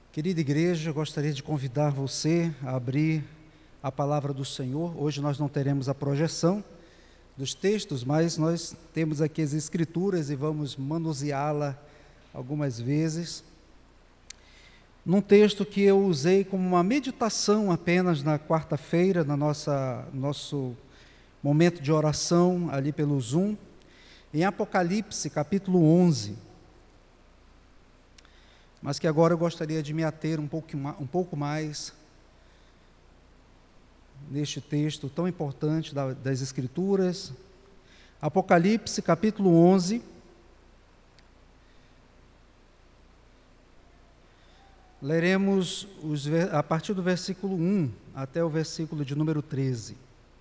Querida igreja, eu gostaria de convidar você a abrir a palavra do Senhor. Hoje nós não teremos a projeção dos textos, mas nós temos aqui as escrituras e vamos manuseá-la algumas vezes. Num texto que eu usei como uma meditação apenas na quarta-feira, nosso momento de oração ali pelo Zoom, em Apocalipse, capítulo 11. Mas que agora eu gostaria de me ater um pouco mais neste texto tão importante das Escrituras. Apocalipse, capítulo 11. Leremos a partir do versículo 1 até o versículo de número 13.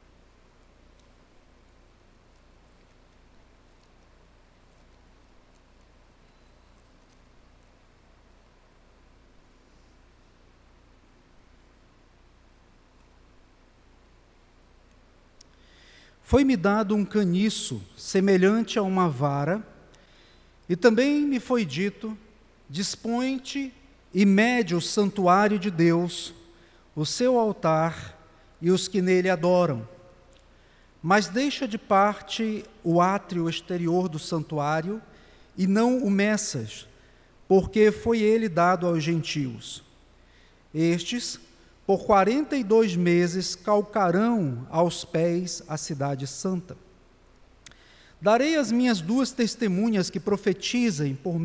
Foi-me dado um caniço semelhante a uma vara, e também me foi dito: dispõe-te e mede o santuário de Deus, o seu altar e os que nele adoram. Mas deixa de parte o átrio exterior do santuário e não o meças, porque foi ele dado aos gentios. Estes, por 42 meses, calcarão aos pés a cidade santa. Darei as minhas duas testemunhas que profetizem por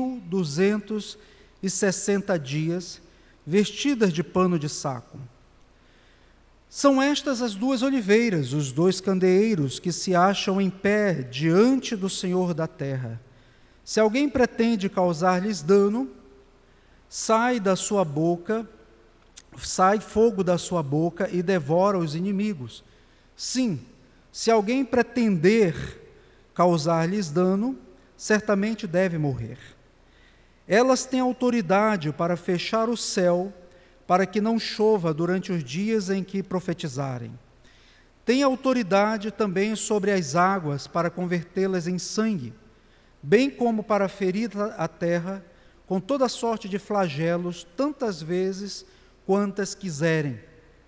1260 dias, vestidas de pano de saco. São estas as duas oliveiras, os dois candeeiros que se acham em pé diante do Senhor da terra. Se alguém pretende causar-lhes dano, sai fogo da sua boca e devora os inimigos. Sim, se alguém pretender causar-lhes dano, certamente deve morrer. Elas têm autoridade para fechar o céu, para que não chova durante os dias em que profetizarem. Têm autoridade também sobre as águas, para convertê-las em sangue, bem como para ferir a terra com toda sorte de flagelos, tantas vezes quantas quiserem.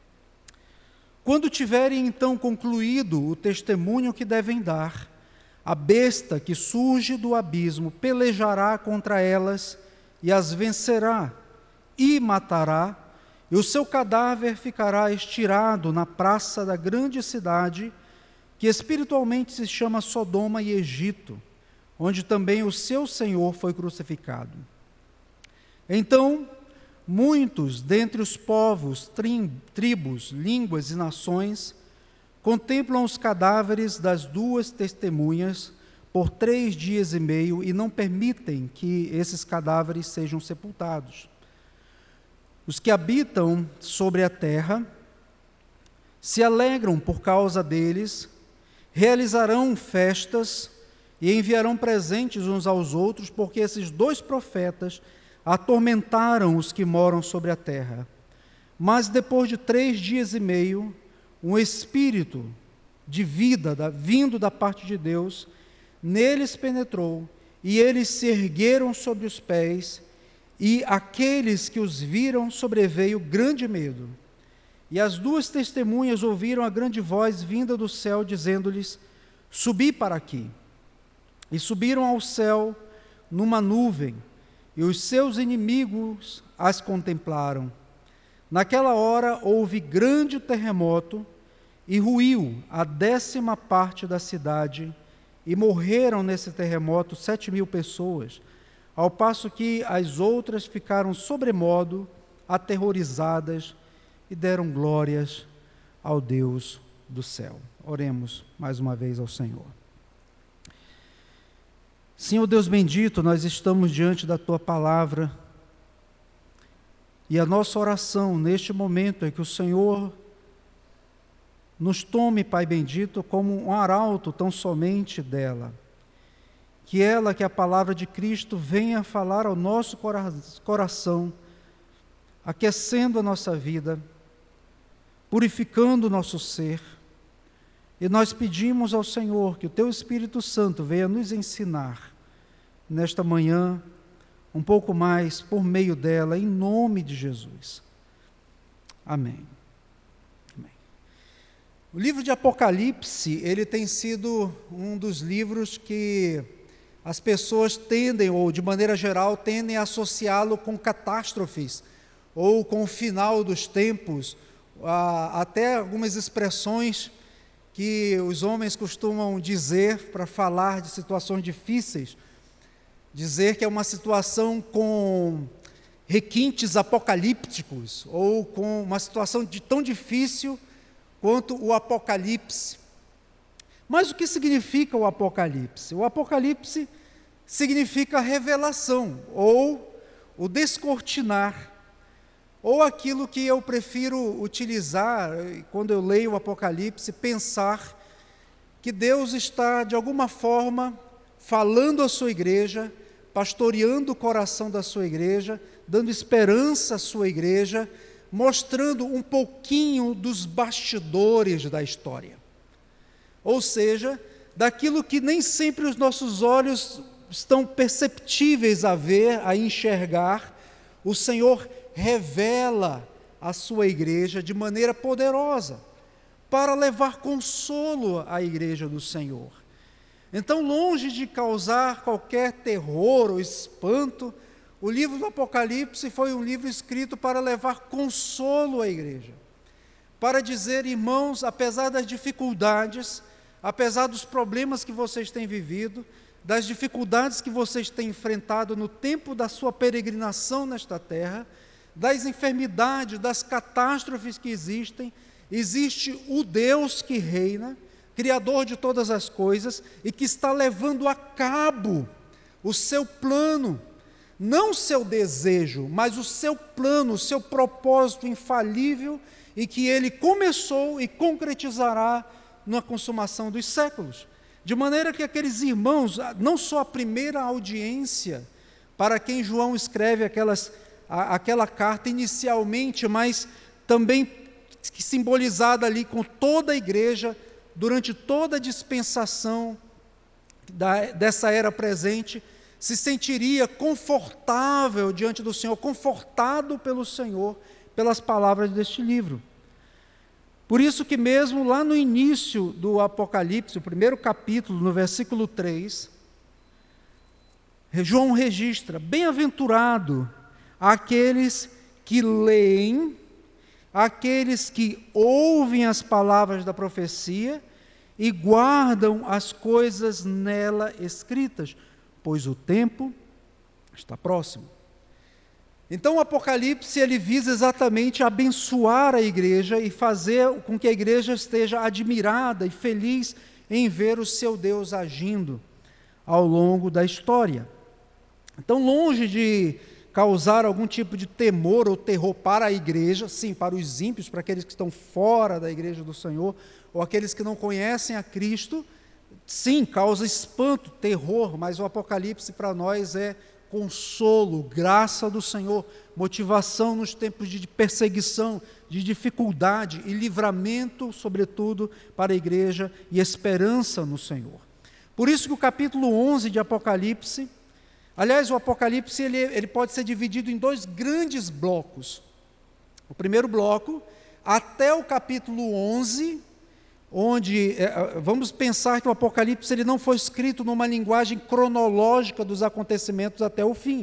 Quando tiverem então concluído o testemunho que devem dar, a besta que surge do abismo pelejará contra elas e as vencerá e matará, e o seu cadáver ficará estirado na praça da grande cidade, que espiritualmente se chama Sodoma e Egito, onde também o seu Senhor foi crucificado. Então, muitos dentre os povos, tribos, línguas e nações contemplam os cadáveres das duas testemunhas por 3 dias e meio e não permitem que esses cadáveres sejam sepultados. Os que habitam sobre a terra se alegram por causa deles, realizarão festas e enviarão presentes uns aos outros, porque esses dois profetas atormentaram os que moram sobre a terra. Mas depois de 3 dias e meio, um espírito de vida vindo da parte de Deus neles penetrou, e eles se ergueram sobre os pés, e aqueles que os viram sobreveio grande medo. E as duas testemunhas ouviram a grande voz vinda do céu, dizendo-lhes: subi para aqui. E subiram ao céu numa nuvem, e os seus inimigos as contemplaram. Naquela hora houve grande terremoto, e ruiu a 10ª parte da cidade, e morreram nesse terremoto 7.000 pessoas, ao passo que as outras ficaram sobremodo aterrorizadas e deram glórias ao Deus do céu. Oremos mais uma vez ao Senhor. Senhor Deus bendito, nós estamos diante da Tua palavra, e a nossa oração neste momento é que o Senhor nos tome, Pai bendito, como um arauto tão somente dela. Que a palavra de Cristo, venha falar ao nosso coração, aquecendo a nossa vida, purificando o nosso ser. E nós pedimos ao Senhor que o Teu Espírito Santo venha nos ensinar, nesta manhã, um pouco mais por meio dela, em nome de Jesus. Amém. Amém. O livro de Apocalipse, ele tem sido um dos livros que as pessoas tendem, ou de maneira geral, tendem a associá-lo com catástrofes, ou com o final dos tempos, até algumas expressões que os homens costumam dizer para falar de situações difíceis, dizer que é uma situação com requintes apocalípticos, ou com uma situação tão difícil quanto o Apocalipse. Mas o que significa o Apocalipse? O Apocalipse significa revelação, ou o descortinar, ou aquilo que eu prefiro utilizar, quando eu leio o Apocalipse, pensar que Deus está, de alguma forma, falando à sua igreja, pastoreando o coração da sua igreja, dando esperança à sua igreja, mostrando um pouquinho dos bastidores da história. Ou seja, daquilo que nem sempre os nossos olhos estão perceptíveis a ver, a enxergar, o Senhor revela a sua igreja de maneira poderosa, para levar consolo à igreja do Senhor. Então, longe de causar qualquer terror ou espanto, o livro do Apocalipse foi um livro escrito para levar consolo à igreja, para dizer, irmãos, apesar das dificuldades, apesar dos problemas que vocês têm vivido, das dificuldades que vocês têm enfrentado no tempo da sua peregrinação nesta terra, das enfermidades, das catástrofes que existem, existe o Deus que reina, Criador de todas as coisas, e que está levando a cabo o seu plano, não o seu desejo, mas o seu plano, o seu propósito infalível, e que Ele começou e concretizará na consumação dos séculos. De maneira que aqueles irmãos, não só a primeira audiência, para quem João escreve aquela carta inicialmente, mas também simbolizada ali com toda a igreja, durante toda a dispensação dessa era presente, se sentiria confortável diante do Senhor, confortado pelo Senhor, pelas palavras deste livro. Por isso que mesmo lá no início do Apocalipse, o primeiro capítulo, no versículo 3, João registra, bem-aventurado aqueles que leem, aqueles que ouvem as palavras da profecia e guardam as coisas nela escritas, pois o tempo está próximo. Então o Apocalipse, ele visa exatamente abençoar a igreja e fazer com que a igreja esteja admirada e feliz em ver o seu Deus agindo ao longo da história. Então, longe de causar algum tipo de temor ou terror para a igreja, sim, para os ímpios, para aqueles que estão fora da igreja do Senhor, ou aqueles que não conhecem a Cristo, sim, causa espanto, terror, mas o Apocalipse para nós é consolo, graça do Senhor, motivação nos tempos de perseguição, de dificuldade e livramento, sobretudo, para a igreja e esperança no Senhor. Por isso que o capítulo 11 de Apocalipse, aliás, o Apocalipse ele pode ser dividido em dois grandes blocos. O primeiro bloco, até o capítulo 11, onde vamos pensar que o Apocalipse ele não foi escrito numa linguagem cronológica dos acontecimentos até o fim.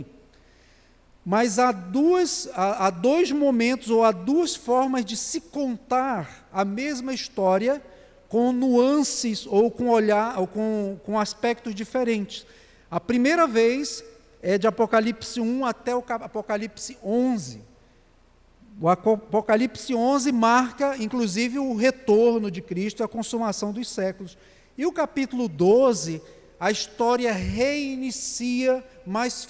Mas há dois momentos, ou há duas formas de se contar a mesma história com nuances, ou com olhar, ou com aspectos diferentes. A primeira vez é de Apocalipse 1 até o Apocalipse 11. O Apocalipse 11 marca, inclusive, o retorno de Cristo e a consumação dos séculos. E o capítulo 12, a história reinicia mais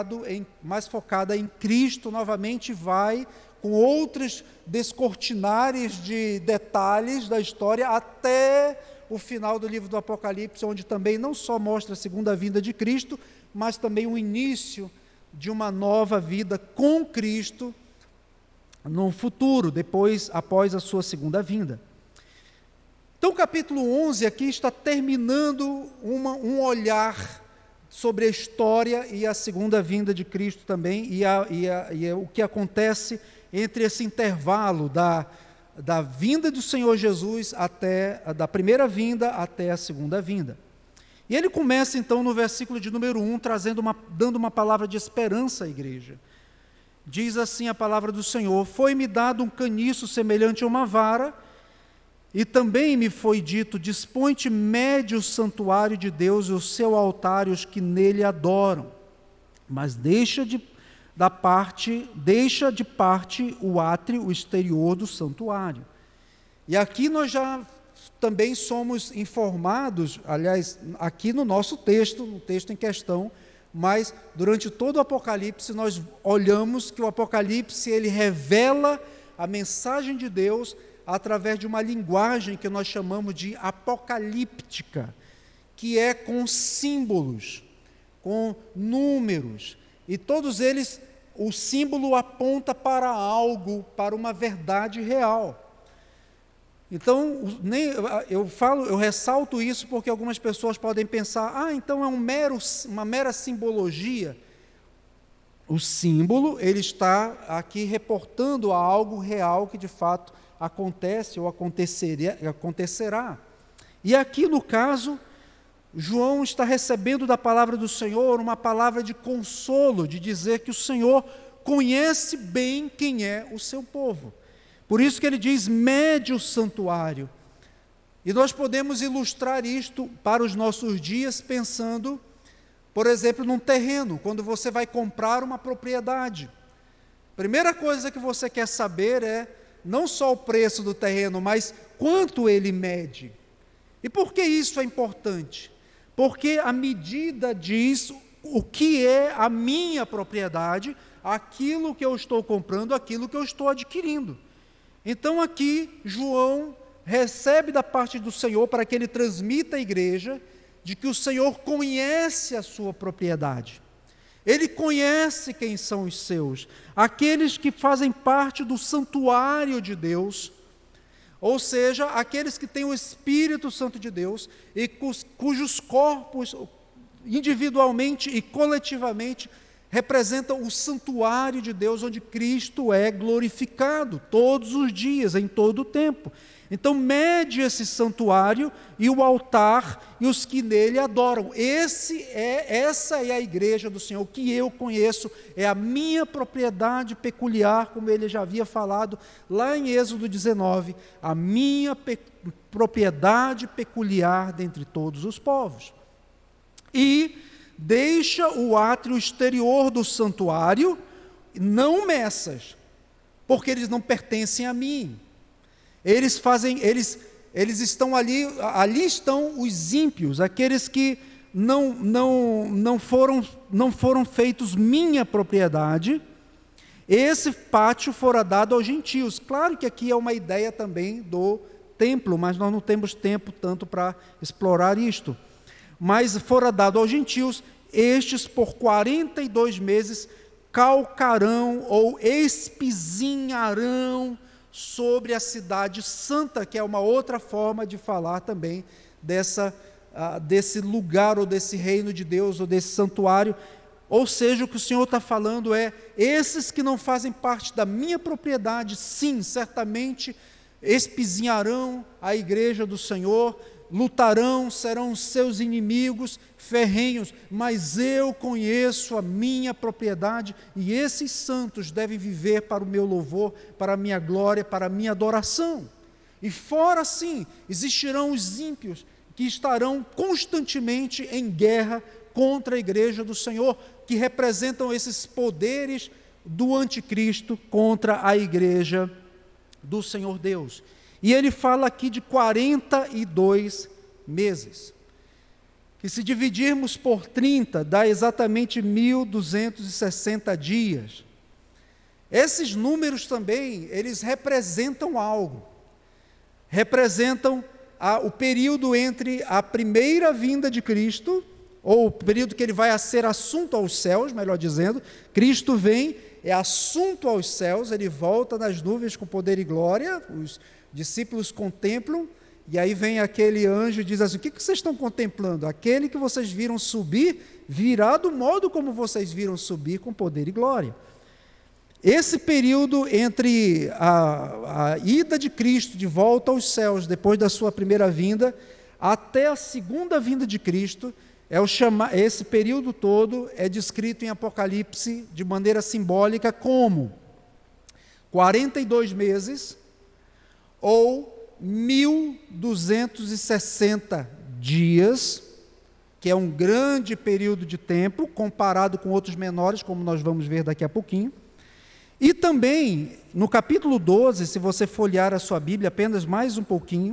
focada em Cristo, novamente vai com outros descortinares de detalhes da história até o final do livro do Apocalipse, onde também não só mostra a segunda vinda de Cristo, mas também o início de uma nova vida com Cristo no futuro, após a sua segunda vinda. Então o capítulo 11 aqui está terminando um olhar sobre a história e a segunda vinda de Cristo também, e o que acontece entre esse intervalo da vinda do Senhor Jesus da primeira vinda até a segunda vinda. E ele começa então no versículo de número 1, dando uma palavra de esperança à igreja. Diz assim a palavra do Senhor: foi-me dado um caniço semelhante a uma vara, e também me foi dito: dispõe-te, mede o santuário de Deus e o seu altar e os que nele adoram, mas deixa de parte o átrio, o exterior do santuário. E aqui nós já também somos informados, aliás, aqui no nosso texto, no texto em questão, mas durante todo o Apocalipse nós olhamos que o Apocalipse ele revela a mensagem de Deus através de uma linguagem que nós chamamos de apocalíptica, que é com símbolos, com números, e todos eles, o símbolo aponta para algo, para uma verdade real. Então, eu ressalto isso porque algumas pessoas podem pensar, então é uma mera simbologia. O símbolo, ele está aqui reportando a algo real que de fato acontece ou acontecerá. E aqui no caso, João está recebendo da palavra do Senhor uma palavra de consolo, de dizer que o Senhor conhece bem quem é o seu povo. Por isso que ele diz, mede o santuário. E nós podemos ilustrar isto para os nossos dias pensando, por exemplo, num terreno, quando você vai comprar uma propriedade. Primeira coisa que você quer saber é não só o preço do terreno, mas quanto ele mede. E por que isso é importante? Porque a medida diz o que é a minha propriedade, aquilo que eu estou comprando, aquilo que eu estou adquirindo. Então aqui João recebe da parte do Senhor para que ele transmita à igreja de que o Senhor conhece a sua propriedade. Ele conhece quem são os seus, aqueles que fazem parte do santuário de Deus, ou seja, aqueles que têm o Espírito Santo de Deus e cujos corpos, individualmente e coletivamente, representam o santuário de Deus, onde Cristo é glorificado todos os dias, em todo o tempo. Então, mede esse santuário e o altar e os que nele adoram. Essa é a igreja do Senhor, que eu conheço, é a minha propriedade peculiar, como ele já havia falado lá em Êxodo 19, a minha propriedade peculiar dentre todos os povos. E deixa o átrio exterior do santuário, não meças, porque eles não pertencem a mim. Eles estão ali estão os ímpios, aqueles que não foram feitos minha propriedade. Esse pátio fora dado aos gentios. Claro que aqui é uma ideia também do templo, mas nós não temos tempo tanto para explorar isto. Mas fora dado aos gentios, estes por 42 meses calcarão ou espizinharão sobre a cidade santa, que é uma outra forma de falar também desse lugar ou desse reino de Deus ou desse santuário. Ou seja, o que o Senhor está falando é, esses que não fazem parte da minha propriedade, sim, certamente espizinharão a igreja do Senhor, lutarão, serão seus inimigos ferrenhos, mas eu conheço a minha propriedade e esses santos devem viver para o meu louvor, para a minha glória, para a minha adoração. E fora sim, existirão os ímpios que estarão constantemente em guerra contra a igreja do Senhor, que representam esses poderes do anticristo contra a igreja do Senhor Deus. E ele fala aqui de 42 meses, que se dividirmos por 30, dá exatamente 1.260 dias. Esses números também, eles representam algo, representam o período entre a primeira vinda de Cristo, ou o período que ele vai a ser assunto aos céus, melhor dizendo, Cristo vem, é assunto aos céus, ele volta nas nuvens com poder e glória, os discípulos contemplam, E aí vem aquele anjo e diz assim: o que vocês estão contemplando? Aquele que vocês viram subir, virá do modo como vocês viram subir, com poder e glória. Esse período entre a ida de Cristo de volta aos céus, depois da sua primeira vinda, até a segunda vinda de Cristo, esse período todo é descrito em Apocalipse de maneira simbólica como 42 meses ou 1.260 dias, que é um grande período de tempo, comparado com outros menores, como nós vamos ver daqui a pouquinho. E também, no capítulo 12, se você folhear a sua Bíblia apenas mais um pouquinho,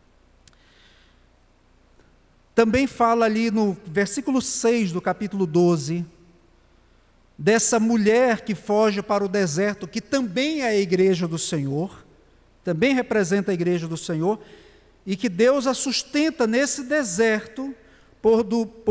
também fala ali no versículo 6 do capítulo 12, dessa mulher que foge para o deserto, que também é a igreja do Senhor, também representa a igreja do Senhor, e que Deus a sustenta nesse deserto por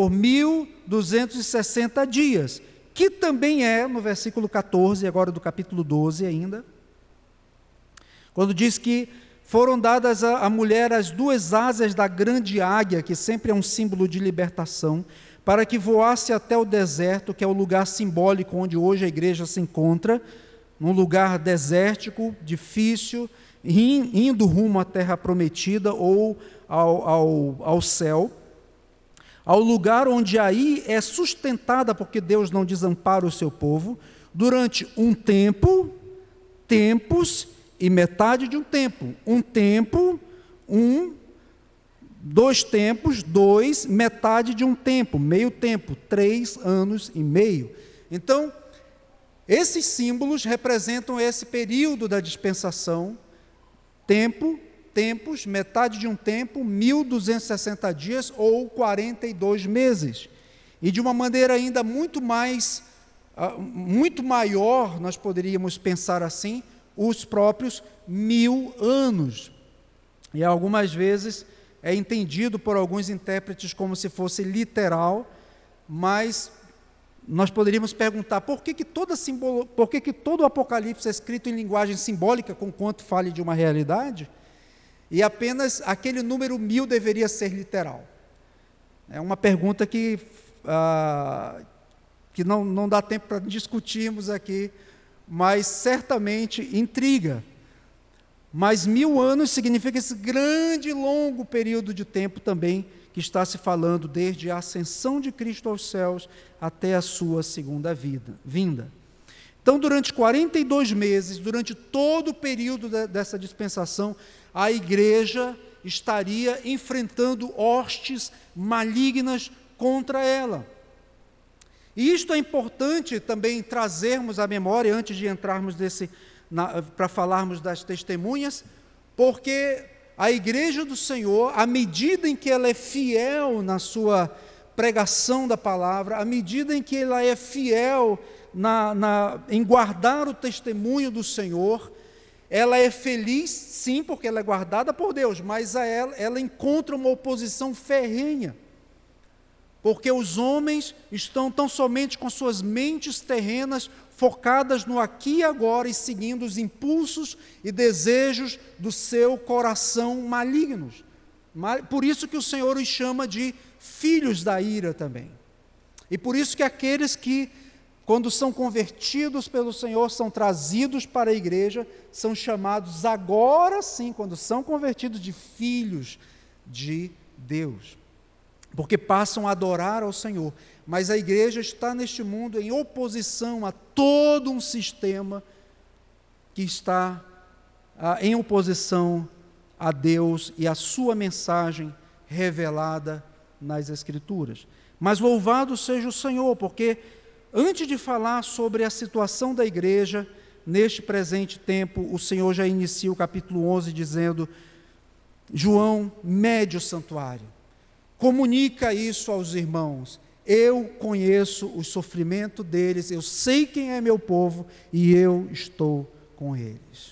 1.260 dias, que também é, no versículo 14, agora do capítulo 12 ainda, quando diz que foram dadas à mulher as 2 asas da grande águia, que sempre é um símbolo de libertação, para que voasse até o deserto, que é o lugar simbólico onde hoje a igreja se encontra, num lugar desértico, difícil, indo rumo à terra prometida ou ao céu, ao lugar onde aí é sustentada, porque Deus não desampara o seu povo, durante um tempo, tempos e metade de um tempo. Um tempo, 2 tempos, 2, metade de um tempo, meio tempo, 3 anos e meio. Então, esses símbolos representam esse período da dispensação, tempos, metade de um tempo, 1.260 dias ou 42 meses. E de uma maneira ainda muito maior, nós poderíamos pensar assim, os próprios 1.000 anos. E algumas vezes é entendido por alguns intérpretes como se fosse literal, mas nós poderíamos perguntar por que todo o Apocalipse é escrito em linguagem simbólica, conquanto fale de uma realidade, e apenas aquele número 1.000 deveria ser literal. É uma pergunta que não dá tempo para discutirmos aqui, mas certamente intriga. Mas 1.000 anos significa esse grande e longo período de tempo também, que está se falando desde a ascensão de Cristo aos céus até a sua segunda vinda. Então, durante 42 meses, durante todo o período dessa dispensação, a igreja estaria enfrentando hostes malignas contra ela. E isto é importante também trazermos à memória, antes de entrarmos para falarmos das testemunhas, porque a igreja do Senhor, à medida em que ela é fiel na sua pregação da palavra, à medida em que ela é fiel em guardar o testemunho do Senhor, ela é feliz, sim, porque ela é guardada por Deus, mas ela encontra uma oposição ferrenha, porque os homens estão tão somente com suas mentes terrenas focadas no aqui e agora e seguindo os impulsos e desejos do seu coração malignos. Por isso que o Senhor os chama de filhos da ira também. E por isso que aqueles que, quando são convertidos pelo Senhor, são trazidos para a igreja, são chamados agora sim, quando são convertidos, de filhos de Deus. Porque passam a adorar ao Senhor. Mas a igreja está neste mundo em oposição a todo um sistema que está em oposição a Deus e a sua mensagem revelada nas Escrituras. Mas louvado seja o Senhor, porque antes de falar sobre a situação da igreja, neste presente tempo, o Senhor já inicia o capítulo 11 dizendo: João, mede o santuário, comunica isso aos irmãos, eu conheço o sofrimento deles, eu sei quem é meu povo e eu estou com eles.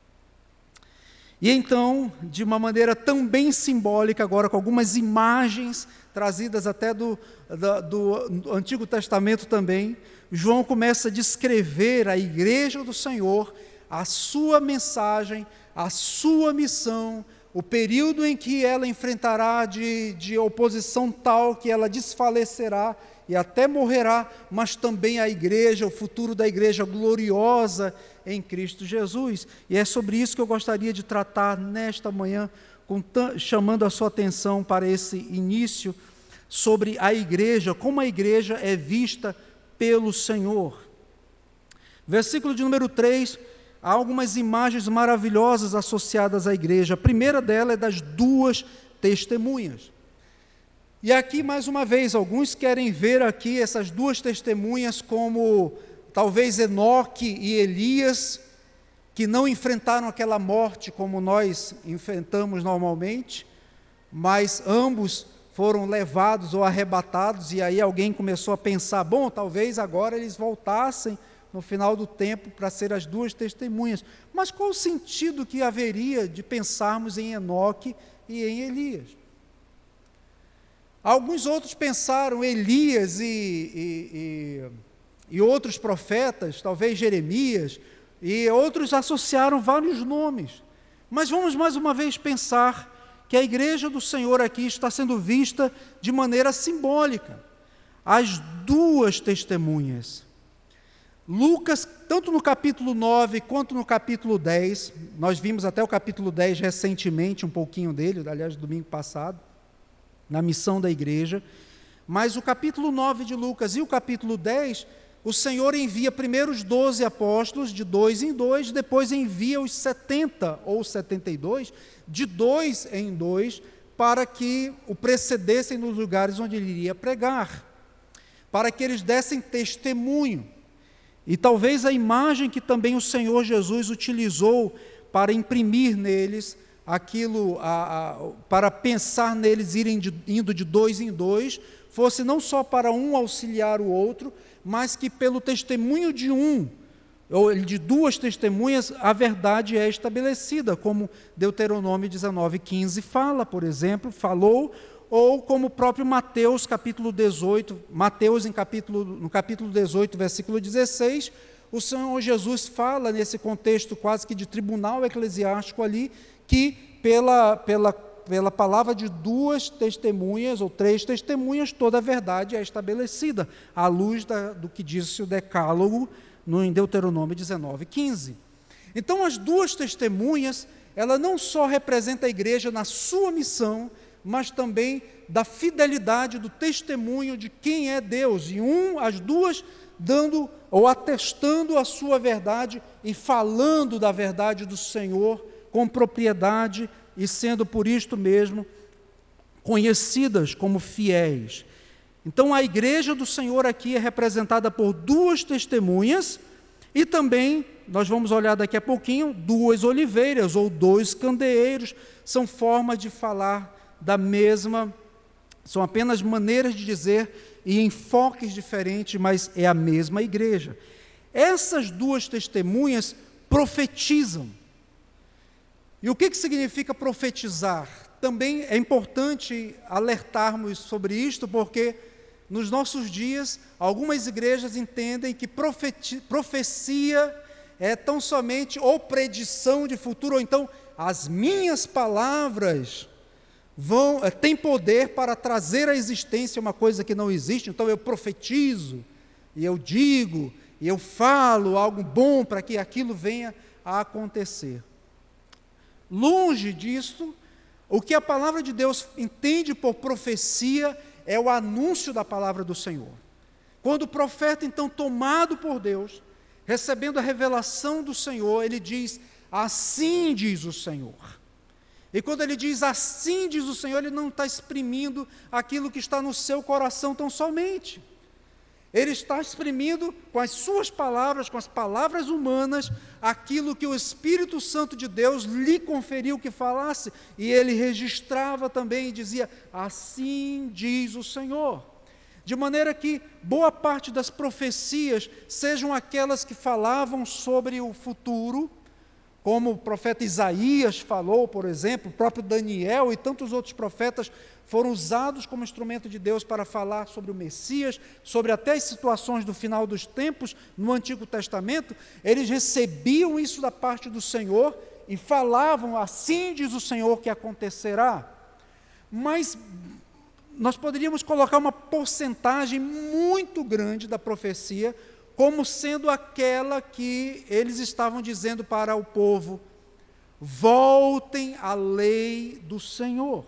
E então, de uma maneira também simbólica, agora com algumas imagens trazidas até do Antigo Testamento também, João começa a descrever a igreja do Senhor, a sua mensagem, a sua missão, o período em que ela enfrentará de oposição tal que ela desfalecerá e até morrerá, mas também a igreja, o futuro da igreja gloriosa em Cristo Jesus. E é sobre isso que eu gostaria de tratar nesta manhã, chamando a sua atenção para esse início, sobre a igreja, como a igreja é vista pelo Senhor. Versículo de número 3, há algumas imagens maravilhosas associadas à igreja. A primeira dela é das duas testemunhas. E aqui, mais uma vez, alguns querem ver aqui essas duas testemunhas como talvez Enoque e Elias, que não enfrentaram aquela morte como nós enfrentamos normalmente, mas ambos foram levados ou arrebatados, e aí alguém começou a pensar, bom, talvez agora eles voltassem no final do tempo para ser as duas testemunhas. Mas qual o sentido que haveria de pensarmos em Enoque e em Elias? Alguns outros pensaram Elias e outros profetas, talvez Jeremias, e outros associaram vários nomes. Mas vamos mais uma vez pensar que a igreja do Senhor aqui está sendo vista de maneira simbólica. As duas testemunhas. Lucas, tanto no capítulo 9 quanto no capítulo 10, nós vimos até o capítulo 10 recentemente, um pouquinho dele, aliás, domingo passado, na missão da igreja, mas o capítulo 9 de Lucas e o capítulo 10, o Senhor envia primeiro os 12 apóstolos, de 2 em 2, depois envia os 70 ou 72, de 2 em 2, para que o precedessem nos lugares onde ele iria pregar, para que eles dessem testemunho. E talvez a imagem que também o Senhor Jesus utilizou para imprimir neles aquilo, para pensar neles indo de 2 em 2, fosse não só para um auxiliar o outro, mas que pelo testemunho de um, ou de duas testemunhas, a verdade é estabelecida, como Deuteronômio 19:15 fala, por exemplo, falou, ou como o próprio Mateus, capítulo 18, no capítulo 18, versículo 16, o Senhor Jesus fala nesse contexto quase que de tribunal eclesiástico ali, que pela palavra de duas testemunhas ou 3 testemunhas, toda a verdade é estabelecida, à luz do que disse o Decálogo em Deuteronômio 19:15. Então, as duas testemunhas, ela não só representa a igreja na sua missão, mas também da fidelidade do testemunho de quem é Deus, e as duas dando ou atestando a sua verdade e falando da verdade do Senhor com propriedade e sendo por isto mesmo conhecidas como fiéis. Então a igreja do Senhor aqui é representada por duas testemunhas e também, nós vamos olhar daqui a pouquinho, 2 oliveiras ou 2 candeeiros, são formas de falar da mesma, são apenas maneiras de dizer e enfoques diferentes, mas é a mesma igreja. Essas duas testemunhas profetizam. E o que significa profetizar? Também é importante alertarmos sobre isto, porque nos nossos dias, algumas igrejas entendem que profecia é tão somente ou predição de futuro, ou então as minhas palavras têm poder para trazer à existência uma coisa que não existe, então eu profetizo, e eu digo, e eu falo algo bom para que aquilo venha a acontecer. Longe disso, o que a palavra de Deus entende por profecia é o anúncio da palavra do Senhor. Quando o profeta, então, tomado por Deus, recebendo a revelação do Senhor, ele diz, assim diz o Senhor. E quando ele diz, assim diz o Senhor, ele não está exprimindo aquilo que está no seu coração tão somente. Ele está exprimindo com as suas palavras, com as palavras humanas, aquilo que o Espírito Santo de Deus lhe conferiu que falasse, e ele registrava também e dizia, assim diz o Senhor. De maneira que boa parte das profecias sejam aquelas que falavam sobre o futuro, como o profeta Isaías falou, por exemplo, o próprio Daniel e tantos outros profetas foram usados como instrumento de Deus para falar sobre o Messias, sobre até as situações do final dos tempos no Antigo Testamento. Eles recebiam isso da parte do Senhor e falavam, assim diz o Senhor que acontecerá. Mas nós poderíamos colocar uma porcentagem muito grande da profecia como sendo aquela que eles estavam dizendo para o povo: voltem à lei do Senhor.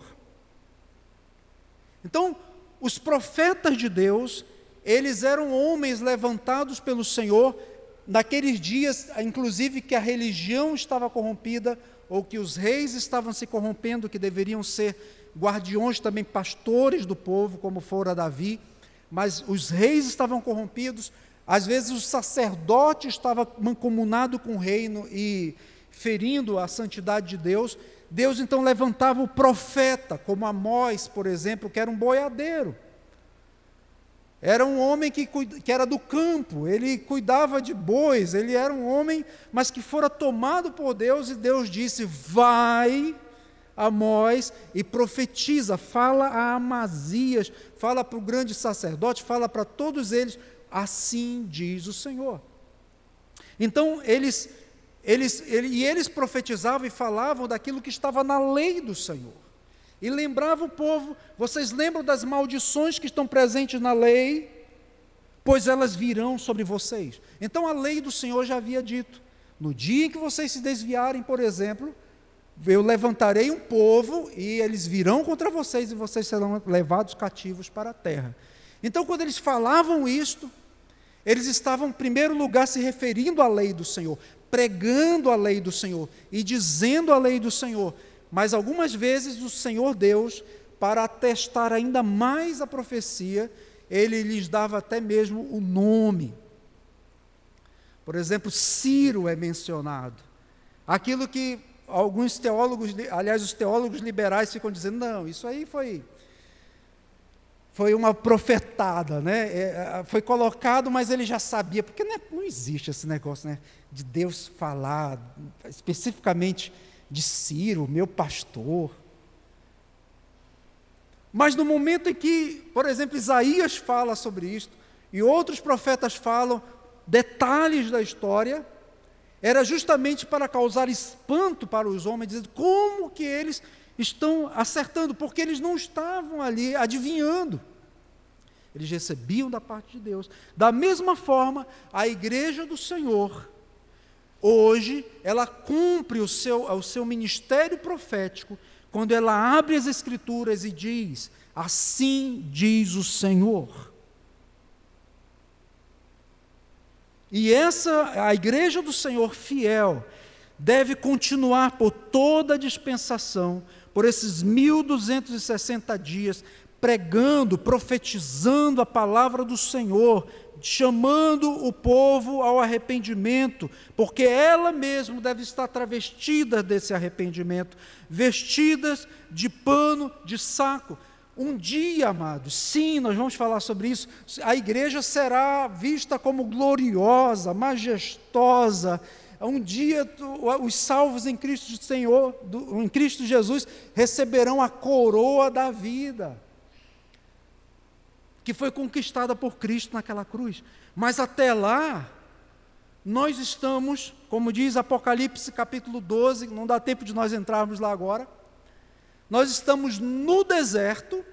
Então, os profetas de Deus, eles eram homens levantados pelo Senhor, naqueles dias, inclusive, que a religião estava corrompida, ou que os reis estavam se corrompendo, que deveriam ser guardiões também, pastores do povo, como fora Davi, mas os reis estavam corrompidos, às vezes o sacerdote estava mancomunado com o reino e ferindo a santidade de Deus. Deus então levantava o profeta, como Amós, por exemplo, que era um boiadeiro. Era um homem que era do campo, ele cuidava de bois, ele era um homem, mas que fora tomado por Deus, e Deus disse: vai, Amós, e profetiza, fala a Amazias, fala para o grande sacerdote, fala para todos eles, assim diz o Senhor. Então, eles profetizavam e falavam daquilo que estava na lei do Senhor. E lembrava o povo: vocês lembram das maldições que estão presentes na lei? Pois elas virão sobre vocês. Então a lei do Senhor já havia dito: no dia em que vocês se desviarem, por exemplo, eu levantarei um povo e eles virão contra vocês e vocês serão levados cativos para a terra. Então, quando eles falavam isto, eles estavam em primeiro lugar se referindo à lei do Senhor, pregando a lei do Senhor e dizendo a lei do Senhor. Mas algumas vezes o Senhor Deus, para atestar ainda mais a profecia, Ele lhes dava até mesmo o nome. Por exemplo, Ciro é mencionado. Aquilo que alguns teólogos, aliás, os teólogos liberais ficam dizendo: não, isso aí foi uma profetada, né? Foi colocado, mas ele já sabia, porque não existe esse negócio, né, de Deus falar especificamente de Ciro, meu pastor. Mas no momento em que, por exemplo, Isaías fala sobre isto, e outros profetas falam detalhes da história, era justamente para causar espanto para os homens, dizendo como que eles estão acertando, porque eles não estavam ali adivinhando. Eles recebiam da parte de Deus. Da mesma forma, a igreja do Senhor, hoje, ela cumpre o seu ministério profético, quando ela abre as Escrituras e diz: assim diz o Senhor. E a igreja do Senhor fiel deve continuar por toda a dispensação, por esses 1260 dias, pregando, profetizando a palavra do Senhor, chamando o povo ao arrependimento, porque ela mesma deve estar travestida desse arrependimento, vestidas de pano, de saco. Um dia, amados, sim, nós vamos falar sobre isso, a igreja será vista como gloriosa, majestosa. Um dia os salvos em Cristo Senhor, em Cristo Jesus, receberão a coroa da vida, que foi conquistada por Cristo naquela cruz. Mas até lá, nós estamos, como diz Apocalipse capítulo 12, não dá tempo de nós entrarmos lá agora, nós estamos no deserto,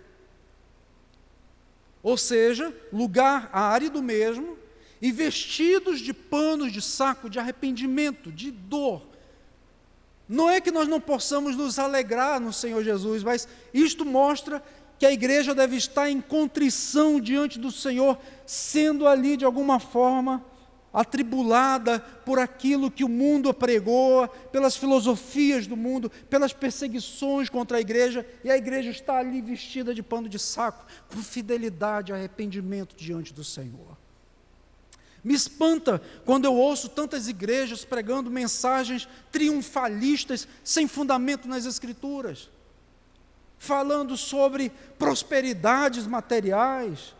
ou seja, lugar árido mesmo, e vestidos de panos de saco, de arrependimento, de dor. Não é que nós não possamos nos alegrar no Senhor Jesus, mas isto mostra que a igreja deve estar em contrição diante do Senhor, sendo ali de alguma forma atribulada por aquilo que o mundo pregou, pelas filosofias do mundo, pelas perseguições contra a igreja, e a igreja está ali vestida de pano de saco, com fidelidade e arrependimento diante do Senhor. Me espanta quando eu ouço tantas igrejas pregando mensagens triunfalistas, sem fundamento nas Escrituras, falando sobre prosperidades materiais,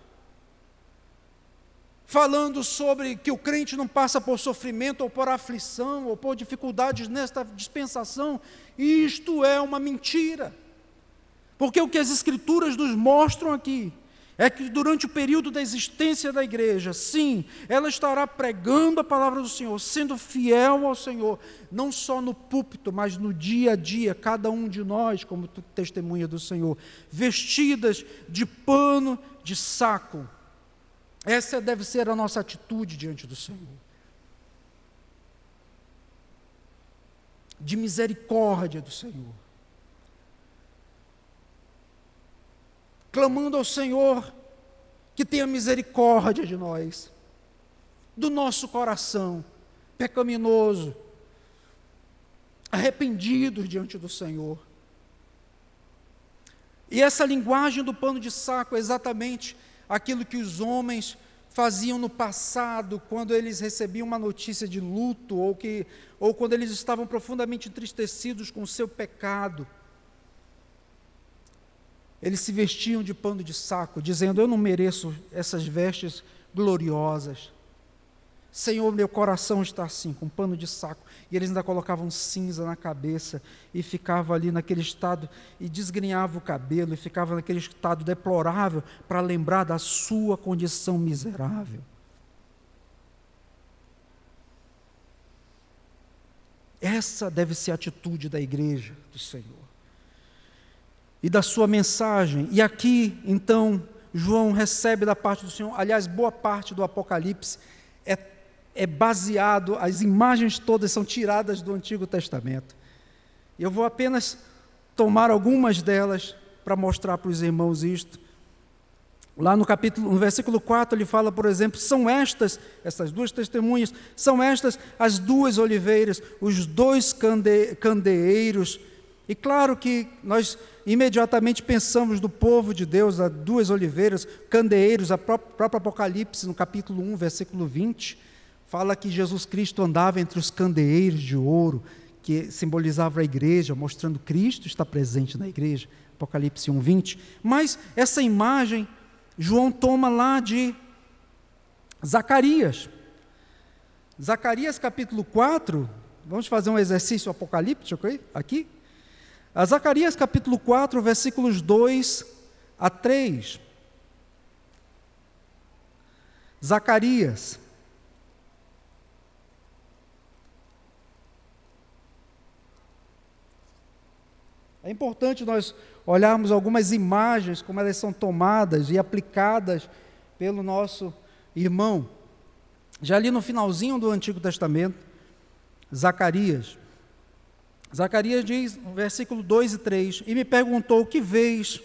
falando sobre que o crente não passa por sofrimento, ou por aflição, ou por dificuldades nesta dispensação. Isto é uma mentira, porque o que as Escrituras nos mostram aqui é que durante o período da existência da igreja, sim, ela estará pregando a palavra do Senhor, sendo fiel ao Senhor, não só no púlpito, mas no dia a dia, cada um de nós, como testemunha do Senhor, vestidas de pano de saco. Essa deve ser a nossa atitude diante do Senhor. De misericórdia do Senhor. Clamando ao Senhor que tenha misericórdia de nós, do nosso coração pecaminoso, arrependidos diante do Senhor. E essa linguagem do pano de saco é exatamente aquilo que os homens faziam no passado, quando eles recebiam uma notícia de luto, ou quando eles estavam profundamente entristecidos com o seu pecado. Eles se vestiam de pano de saco, dizendo: eu não mereço essas vestes gloriosas. Senhor, meu coração está assim, com pano de saco. E eles ainda colocavam cinza na cabeça, e ficavam ali naquele estado, e desgrenhavam o cabelo, e ficavam naquele estado deplorável, para lembrar da sua condição miserável. Essa deve ser a atitude da igreja do Senhor. E da sua mensagem. E aqui, então, João recebe da parte do Senhor, aliás, boa parte do Apocalipse é baseado, as imagens todas são tiradas do Antigo Testamento. Eu vou apenas tomar algumas delas para mostrar para os irmãos isto. Lá no versículo 4, ele fala, por exemplo, são essas duas testemunhas, são estas as duas oliveiras, os dois candeeiros. E claro que nós imediatamente pensamos do povo de Deus, as duas oliveiras, candeeiros, a próprio Apocalipse, no capítulo 1, versículo 20, fala que Jesus Cristo andava entre os candeeiros de ouro, que simbolizava a igreja, mostrando que Cristo está presente na igreja, Apocalipse 1, 20. Mas essa imagem, João toma lá de Zacarias. Zacarias capítulo 4, vamos fazer um exercício apocalíptico aqui? A Zacarias capítulo 4, versículos 2 a 3. Zacarias. É importante nós olharmos algumas imagens, como elas são tomadas e aplicadas pelo nosso irmão. Já ali no finalzinho do Antigo Testamento, Zacarias diz, no versículo 2 e 3, e me perguntou, o que vês?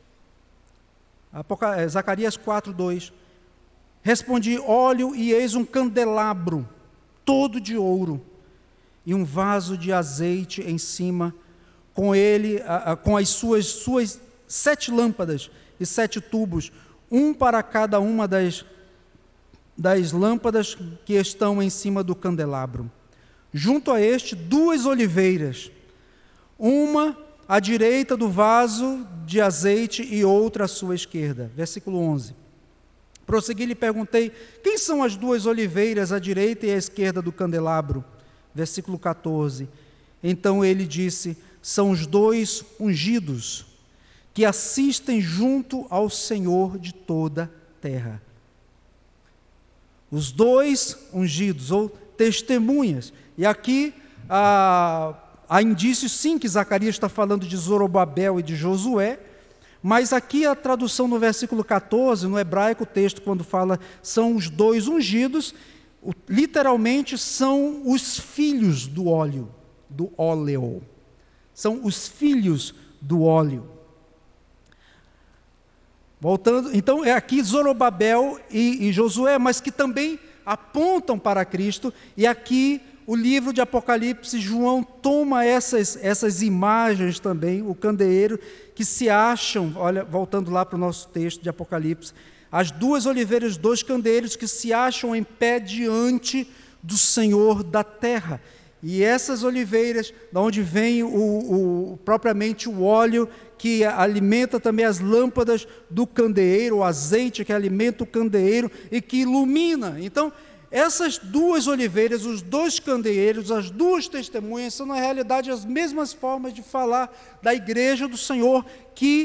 Zacarias 4, 2. Respondi, olho e eis um candelabro, todo de ouro, e um vaso de azeite em cima, com ele, com as suas 7 lâmpadas e 7 tubos, um para cada uma das lâmpadas que estão em cima do candelabro. Junto a este, 2 oliveiras, uma à direita do vaso de azeite e outra à sua esquerda. Versículo 11. Prossegui e lhe perguntei, quem são as 2 oliveiras à direita e à esquerda do candelabro? Versículo 14. Então ele disse, são os 2 ungidos, que assistem junto ao Senhor de toda a terra. Os 2 ungidos, ou testemunhas. E aqui há indícios, sim, que Zacarias está falando de Zorobabel e de Josué, mas aqui a tradução no versículo 14, no hebraico, o texto, quando fala, são os 2 ungidos, literalmente são os filhos do óleo, do óleo. São os filhos do óleo. Voltando, então é aqui Zorobabel e Josué, mas que também apontam para Cristo, e aqui o livro de Apocalipse, João toma essas imagens também, o candeeiro, que se acham, olha, voltando lá para o nosso texto de Apocalipse, as 2 oliveiras, 2 candeeiros que se acham em pé diante do Senhor da terra. E essas oliveiras, da onde vem propriamente o óleo que alimenta também as lâmpadas do candeeiro, o azeite que alimenta o candeeiro e que ilumina. Então, essas 2 oliveiras, os 2 candeeiros, as 2 testemunhas, são na realidade as mesmas formas de falar da igreja do Senhor, que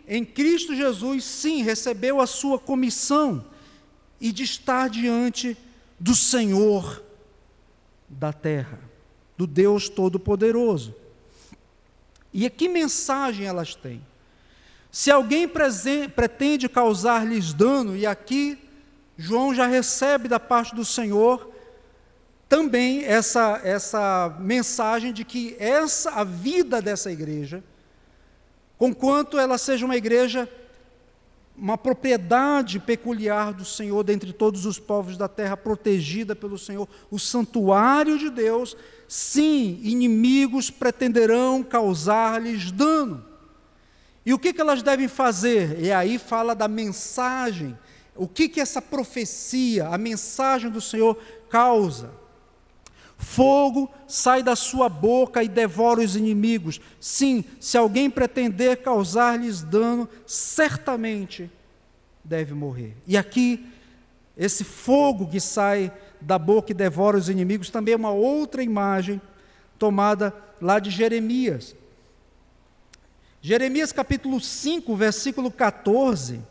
em Cristo Jesus, sim, recebeu a sua comissão e de estar diante do Senhor da terra, do Deus Todo-Poderoso. E que mensagem elas têm? Se alguém pretende causar-lhes dano, e aqui João já recebe da parte do Senhor também essa mensagem de que a vida dessa igreja, conquanto ela seja uma igreja, uma propriedade peculiar do Senhor dentre todos os povos da terra, protegida pelo Senhor, o santuário de Deus, sim, inimigos pretenderão causar-lhes dano. E o que elas devem fazer? E aí fala da mensagem. O que essa profecia, a mensagem do Senhor causa? Fogo sai da sua boca e devora os inimigos. Sim, se alguém pretender causar-lhes dano, certamente deve morrer. E aqui, esse fogo que sai da boca e devora os inimigos, também é uma outra imagem tomada lá de Jeremias. Jeremias capítulo 5, versículo 14.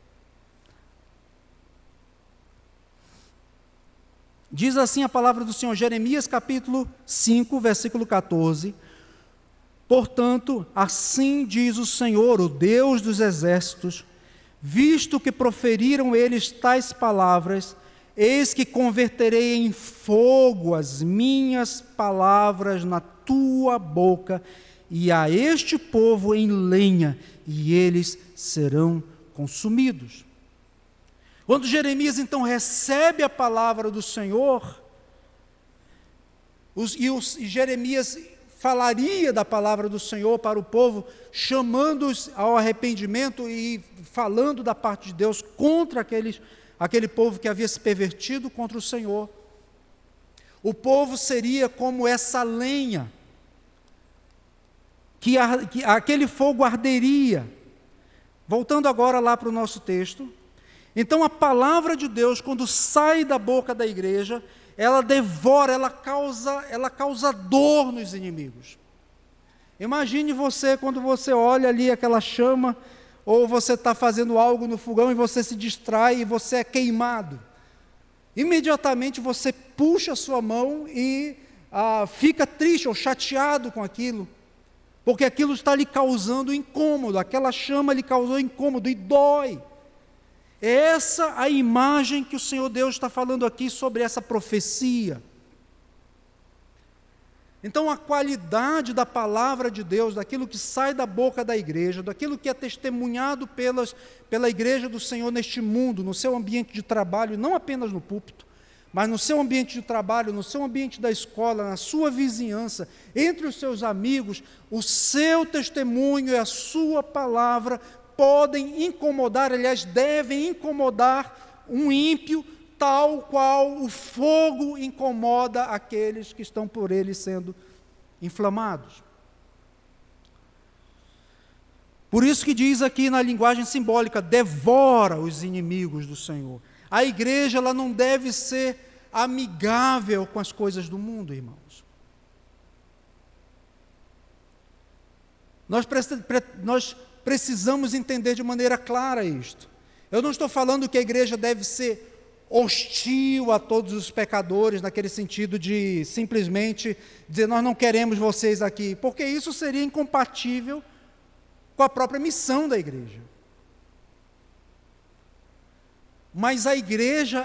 Diz assim a palavra do Senhor, Jeremias capítulo 5, versículo 14. Portanto, assim diz o Senhor, o Deus dos exércitos, visto que proferiram eles tais palavras, eis que converterei em fogo as minhas palavras na tua boca, e a este povo em lenha, e eles serão consumidos. Quando Jeremias então recebe a palavra do Senhor, e Jeremias falaria da palavra do Senhor para o povo, chamando-os ao arrependimento e falando da parte de Deus contra aquele povo que havia se pervertido contra o Senhor. O povo seria como essa lenha, que aquele fogo arderia. Voltando agora lá para o nosso texto, então a palavra de Deus, quando sai da boca da igreja, ela devora, ela causa dor nos inimigos. Imagine você, quando você olha ali aquela chama, ou você está fazendo algo no fogão e você se distrai e você é queimado. Imediatamente você puxa a sua mão e fica triste ou chateado com aquilo, porque aquilo está lhe causando incômodo, aquela chama lhe causou incômodo e dói. É essa a imagem que o Senhor Deus está falando aqui sobre essa profecia. Então, a qualidade da palavra de Deus, daquilo que sai da boca da igreja, daquilo que é testemunhado pela igreja do Senhor neste mundo, no seu ambiente de trabalho, não apenas no púlpito, mas no seu ambiente de trabalho, no seu ambiente da escola, na sua vizinhança, entre os seus amigos, o seu testemunho e a sua palavra podem incomodar, aliás, devem incomodar um ímpio, tal qual o fogo incomoda aqueles que estão por ele sendo inflamados. Por isso que diz aqui na linguagem simbólica, devora os inimigos do Senhor. A igreja, ela não deve ser amigável com as coisas do mundo, irmãos. Nós precisamos entender de maneira clara isto. Eu não estou falando que a igreja deve ser hostil a todos os pecadores, naquele sentido de simplesmente dizer, nós não queremos vocês aqui, porque isso seria incompatível com a própria missão da igreja. Mas a igreja,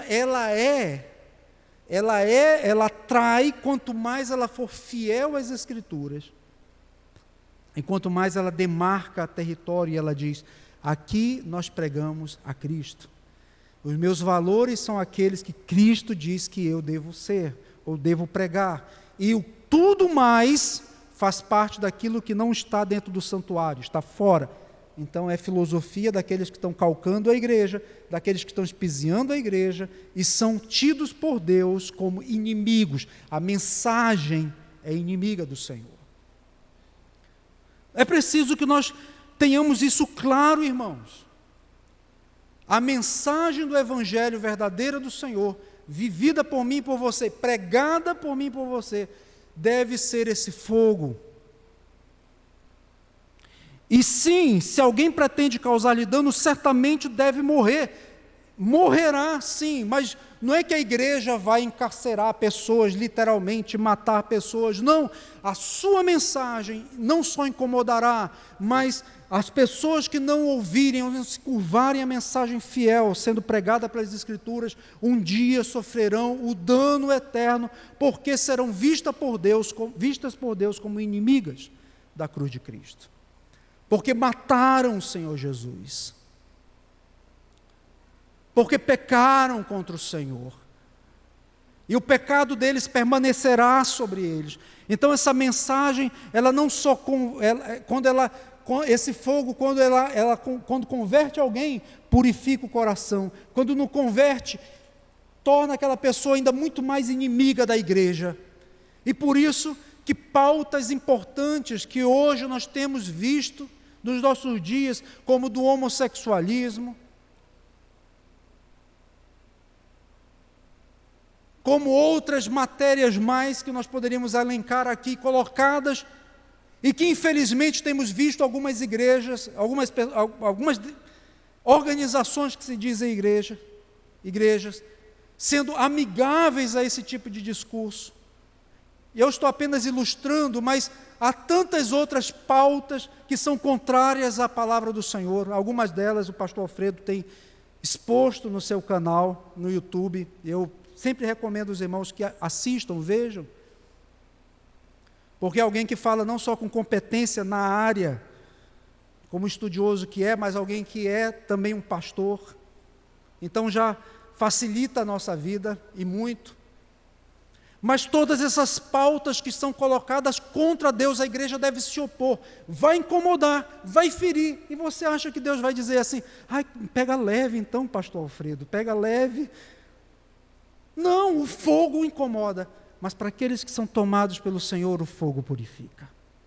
ela atrai, quanto mais ela for fiel às Escrituras, e quanto mais ela demarca território, e ela diz, aqui nós pregamos a Cristo. Os meus valores são aqueles que Cristo diz que eu devo ser, ou devo pregar. E o tudo mais faz parte daquilo que não está dentro do santuário, está fora. Então é filosofia daqueles que estão calcando a igreja, daqueles que estão espiziando a igreja, e são tidos por Deus como inimigos. A mensagem é inimiga do Senhor. É preciso que nós tenhamos isso claro, irmãos. A mensagem do Evangelho verdadeira do Senhor, vivida por mim e por você, pregada por mim e por você, deve ser esse fogo. E sim, se alguém pretende causar-lhe dano, certamente deve morrer. Morrerá, sim, mas não é que a igreja vai encarcerar pessoas, literalmente matar pessoas. Não, a sua mensagem não só incomodará, mas as pessoas que não ouvirem, não se curvarem à mensagem fiel, sendo pregada pelas Escrituras, um dia sofrerão o dano eterno, porque serão vistas por Deus como inimigas da cruz de Cristo. Porque mataram o Senhor Jesus. Porque pecaram contra o Senhor. E o pecado deles permanecerá sobre eles. Então essa mensagem, ela não só esse fogo, quando converte alguém, purifica o coração. Quando não converte, torna aquela pessoa ainda muito mais inimiga da igreja. E por isso que pautas importantes que hoje nós temos visto nos nossos dias, como do homossexualismo, como outras matérias mais que nós poderíamos elencar aqui, colocadas, e que infelizmente temos visto algumas igrejas, algumas organizações que se dizem igrejas, sendo amigáveis a esse tipo de discurso. E eu estou apenas ilustrando, mas há tantas outras pautas que são contrárias à palavra do Senhor. Algumas delas o pastor Alfredo tem exposto no seu canal, no YouTube. Eu sempre recomendo aos irmãos que assistam, vejam. Porque é alguém que fala não só com competência na área, como estudioso que é, mas alguém que é também um pastor. Então já facilita a nossa vida, e muito. Mas todas essas pautas que são colocadas contra Deus, a igreja deve se opor. Vai incomodar, vai ferir. E você acha que Deus vai dizer assim, pega leve então, pastor Alfredo, pega leve. Não, o fogo incomoda. Mas para aqueles que são tomados pelo Senhor, o fogo purifica.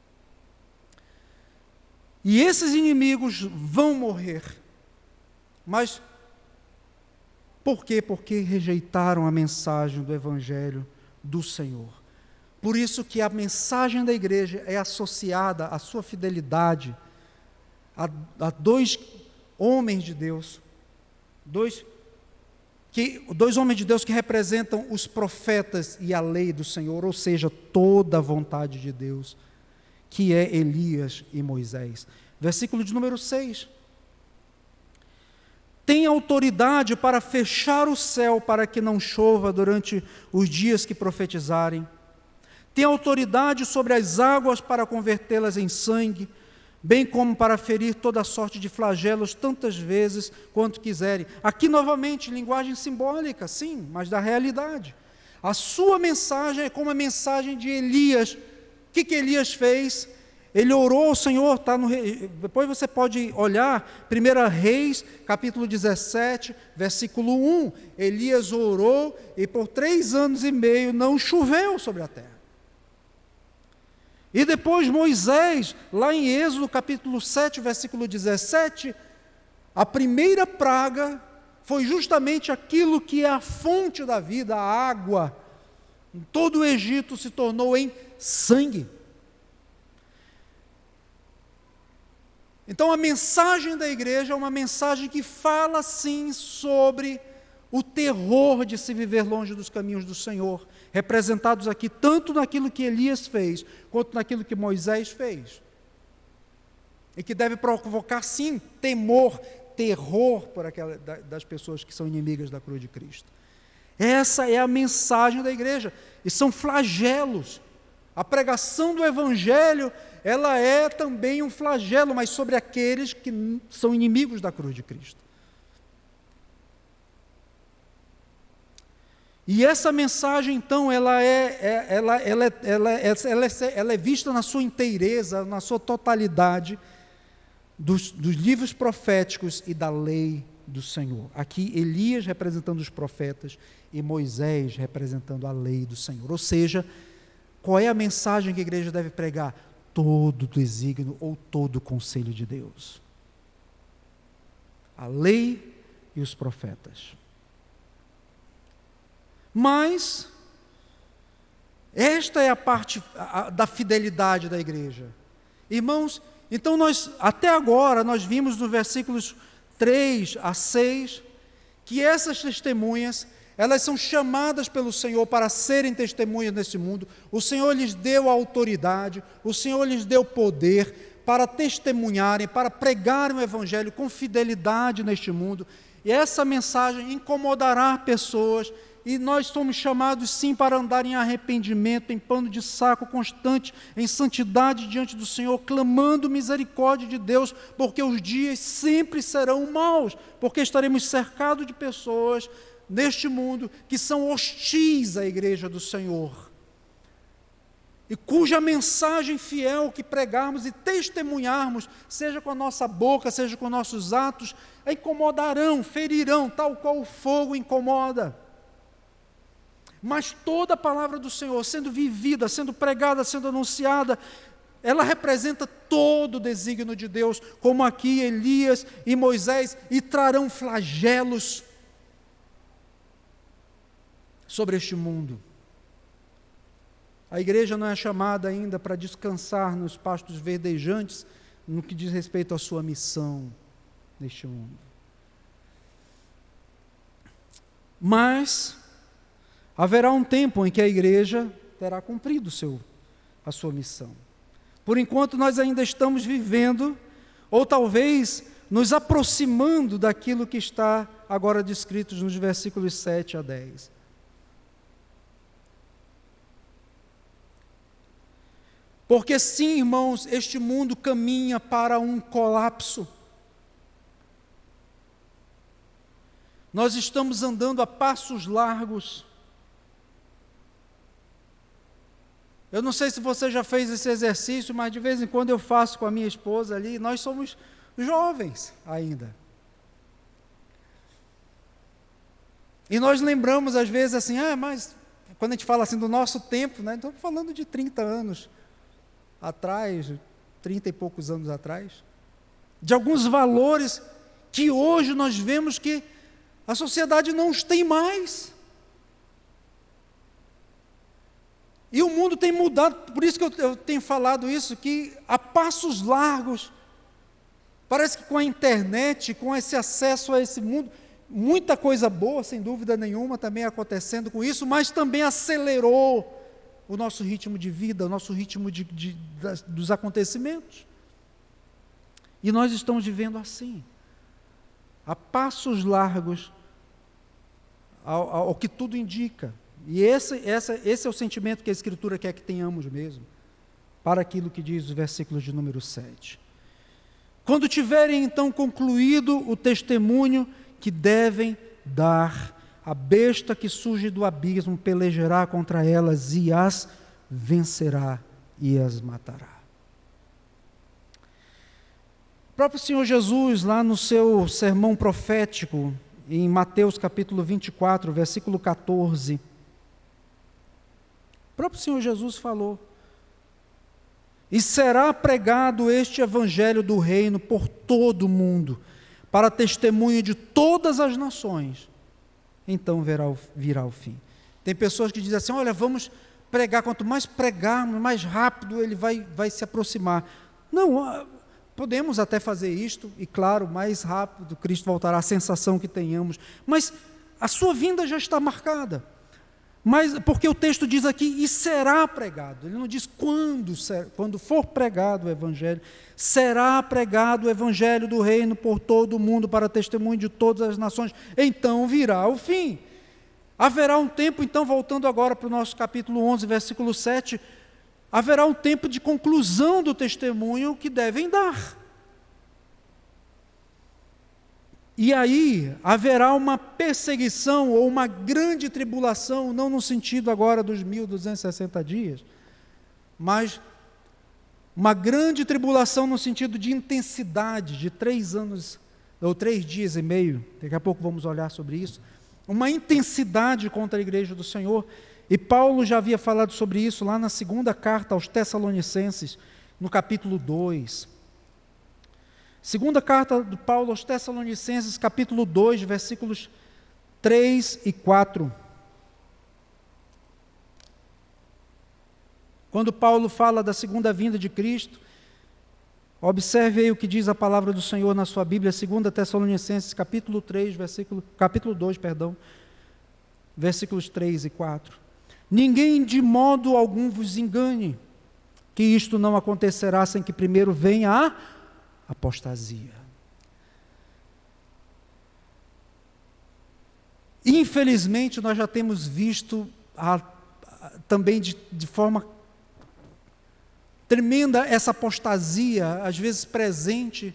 E esses inimigos vão morrer. Mas por quê? Porque rejeitaram a mensagem do Evangelho do Senhor. Por isso que a mensagem da igreja é associada à sua fidelidade a dois homens de Deus, dois homens de Deus que representam os profetas e a lei do Senhor, ou seja, toda a vontade de Deus, que é Elias e Moisés. Versículo de número 6. Tem autoridade para fechar o céu para que não chova durante os dias que profetizarem. Tem autoridade sobre as águas para convertê-las em sangue, bem como para ferir toda sorte de flagelos tantas vezes quanto quiserem. Aqui novamente, linguagem simbólica, sim, mas da realidade. A sua mensagem é como a mensagem de Elias. O que Elias fez? Ele orou ao Senhor, depois você pode olhar, 1 Reis, capítulo 17, versículo 1. Elias orou e por 3 anos e meio não choveu sobre a terra. E depois Moisés, lá em Êxodo, capítulo 7, versículo 17, a primeira praga foi justamente aquilo que é a fonte da vida, a água. Em todo o Egito se tornou em sangue. Então a mensagem da igreja é uma mensagem que fala sim sobre o terror de se viver longe dos caminhos do Senhor, representados aqui tanto naquilo que Elias fez, quanto naquilo que Moisés fez. E que deve provocar sim temor, terror das pessoas que são inimigas da cruz de Cristo. Essa é a mensagem da igreja, e são flagelos. A pregação do Evangelho, ela é também um flagelo, mas sobre aqueles que são inimigos da cruz de Cristo. E essa mensagem, então, ela é vista na sua inteireza, na sua totalidade, dos livros proféticos e da lei do Senhor. Aqui, Elias representando os profetas e Moisés representando a lei do Senhor. Ou seja, qual é a mensagem que a igreja deve pregar? Todo o desígnio ou todo o conselho de Deus. A lei e os profetas. Mas, esta é a parte da fidelidade da igreja. Irmãos, Então até agora, nós vimos nos versículos 3 a 6, que essas testemunhas, elas são chamadas pelo Senhor para serem testemunhas nesse mundo. O Senhor lhes deu autoridade, o Senhor lhes deu poder para testemunharem, para pregarem o Evangelho com fidelidade neste mundo. E essa mensagem incomodará pessoas, e nós somos chamados sim para andar em arrependimento, em pano de saco constante, em santidade diante do Senhor, clamando misericórdia de Deus, porque os dias sempre serão maus, porque estaremos cercados de pessoas neste mundo que são hostis à igreja do Senhor, e cuja mensagem fiel que pregarmos e testemunharmos, seja com a nossa boca, seja com nossos atos, incomodarão, ferirão, tal qual o fogo incomoda. Mas toda a palavra do Senhor, sendo vivida, sendo pregada, sendo anunciada, ela representa todo o desígnio de Deus, como aqui Elias e Moisés, e trarão flagelos sobre este mundo. A igreja não é chamada ainda para descansar nos pastos verdejantes, no que diz respeito à sua missão neste mundo. Mas haverá um tempo em que a igreja terá cumprido a sua missão. Por enquanto nós ainda estamos vivendo, ou talvez nos aproximando daquilo que está agora descrito nos versículos 7 a 10. Porque sim, irmãos, este mundo caminha para um colapso. Nós estamos andando a passos largos. Eu não sei se você já fez esse exercício, mas de vez em quando eu faço com a minha esposa ali. Nós somos jovens ainda. E nós lembramos às vezes assim, mas quando a gente fala assim do nosso tempo, né, estamos falando de 30 anos atrás, 30 e poucos anos atrás, de alguns valores que hoje nós vemos que a sociedade não os tem mais. E o mundo tem mudado, por isso que eu tenho falado isso, que a passos largos, parece que com a internet, com esse acesso a esse mundo, muita coisa boa, sem dúvida nenhuma, também acontecendo com isso, mas também acelerou o nosso ritmo de vida, o nosso ritmo dos acontecimentos. E nós estamos vivendo assim, a passos largos, ao que tudo indica. E esse é o sentimento que a Escritura quer que tenhamos mesmo, para aquilo que diz os versículos de número 7. Quando tiverem então concluído o testemunho que devem dar, a besta que surge do abismo pelejará contra elas e as vencerá e as matará. O próprio Senhor Jesus, lá no seu sermão profético, em Mateus capítulo 24, versículo 14, o próprio Senhor Jesus falou: e será pregado este evangelho do reino por todo o mundo, para testemunho de todas as nações, então virá o fim. Tem pessoas que dizem assim, olha, vamos pregar, quanto mais pregarmos, mais rápido ele vai se aproximar. Não, podemos até fazer isto, e claro, mais rápido Cristo voltará, a sensação que tenhamos, mas a sua vinda já está marcada. Mas porque o texto diz aqui, e será pregado, ele não diz quando for pregado o Evangelho, será pregado o Evangelho do reino por todo o mundo, para testemunho de todas as nações, então virá o fim. Haverá um tempo, então, voltando agora para o nosso capítulo 11, versículo 7, haverá um tempo de conclusão do testemunho que devem dar. E aí haverá uma perseguição ou uma grande tribulação, não no sentido agora dos 1260 dias, mas uma grande tribulação no sentido de intensidade, de 3 anos ou 3 dias e meio, daqui a pouco vamos olhar sobre isso, uma intensidade contra a igreja do Senhor, e Paulo já havia falado sobre isso lá na segunda carta aos Tessalonicenses, no capítulo 2. Segunda carta de Paulo aos Tessalonicenses, capítulo 2, versículos 3 e 4. Quando Paulo fala da segunda vinda de Cristo, Observe aí o que diz a palavra do Senhor na sua Bíblia, 2 Tessalonicenses, capítulo 2, versículos 3 e 4. Ninguém de modo algum vos engane, que isto não acontecerá sem que primeiro venha a apostasia. Infelizmente, nós já temos visto também de forma tremenda essa apostasia, às vezes presente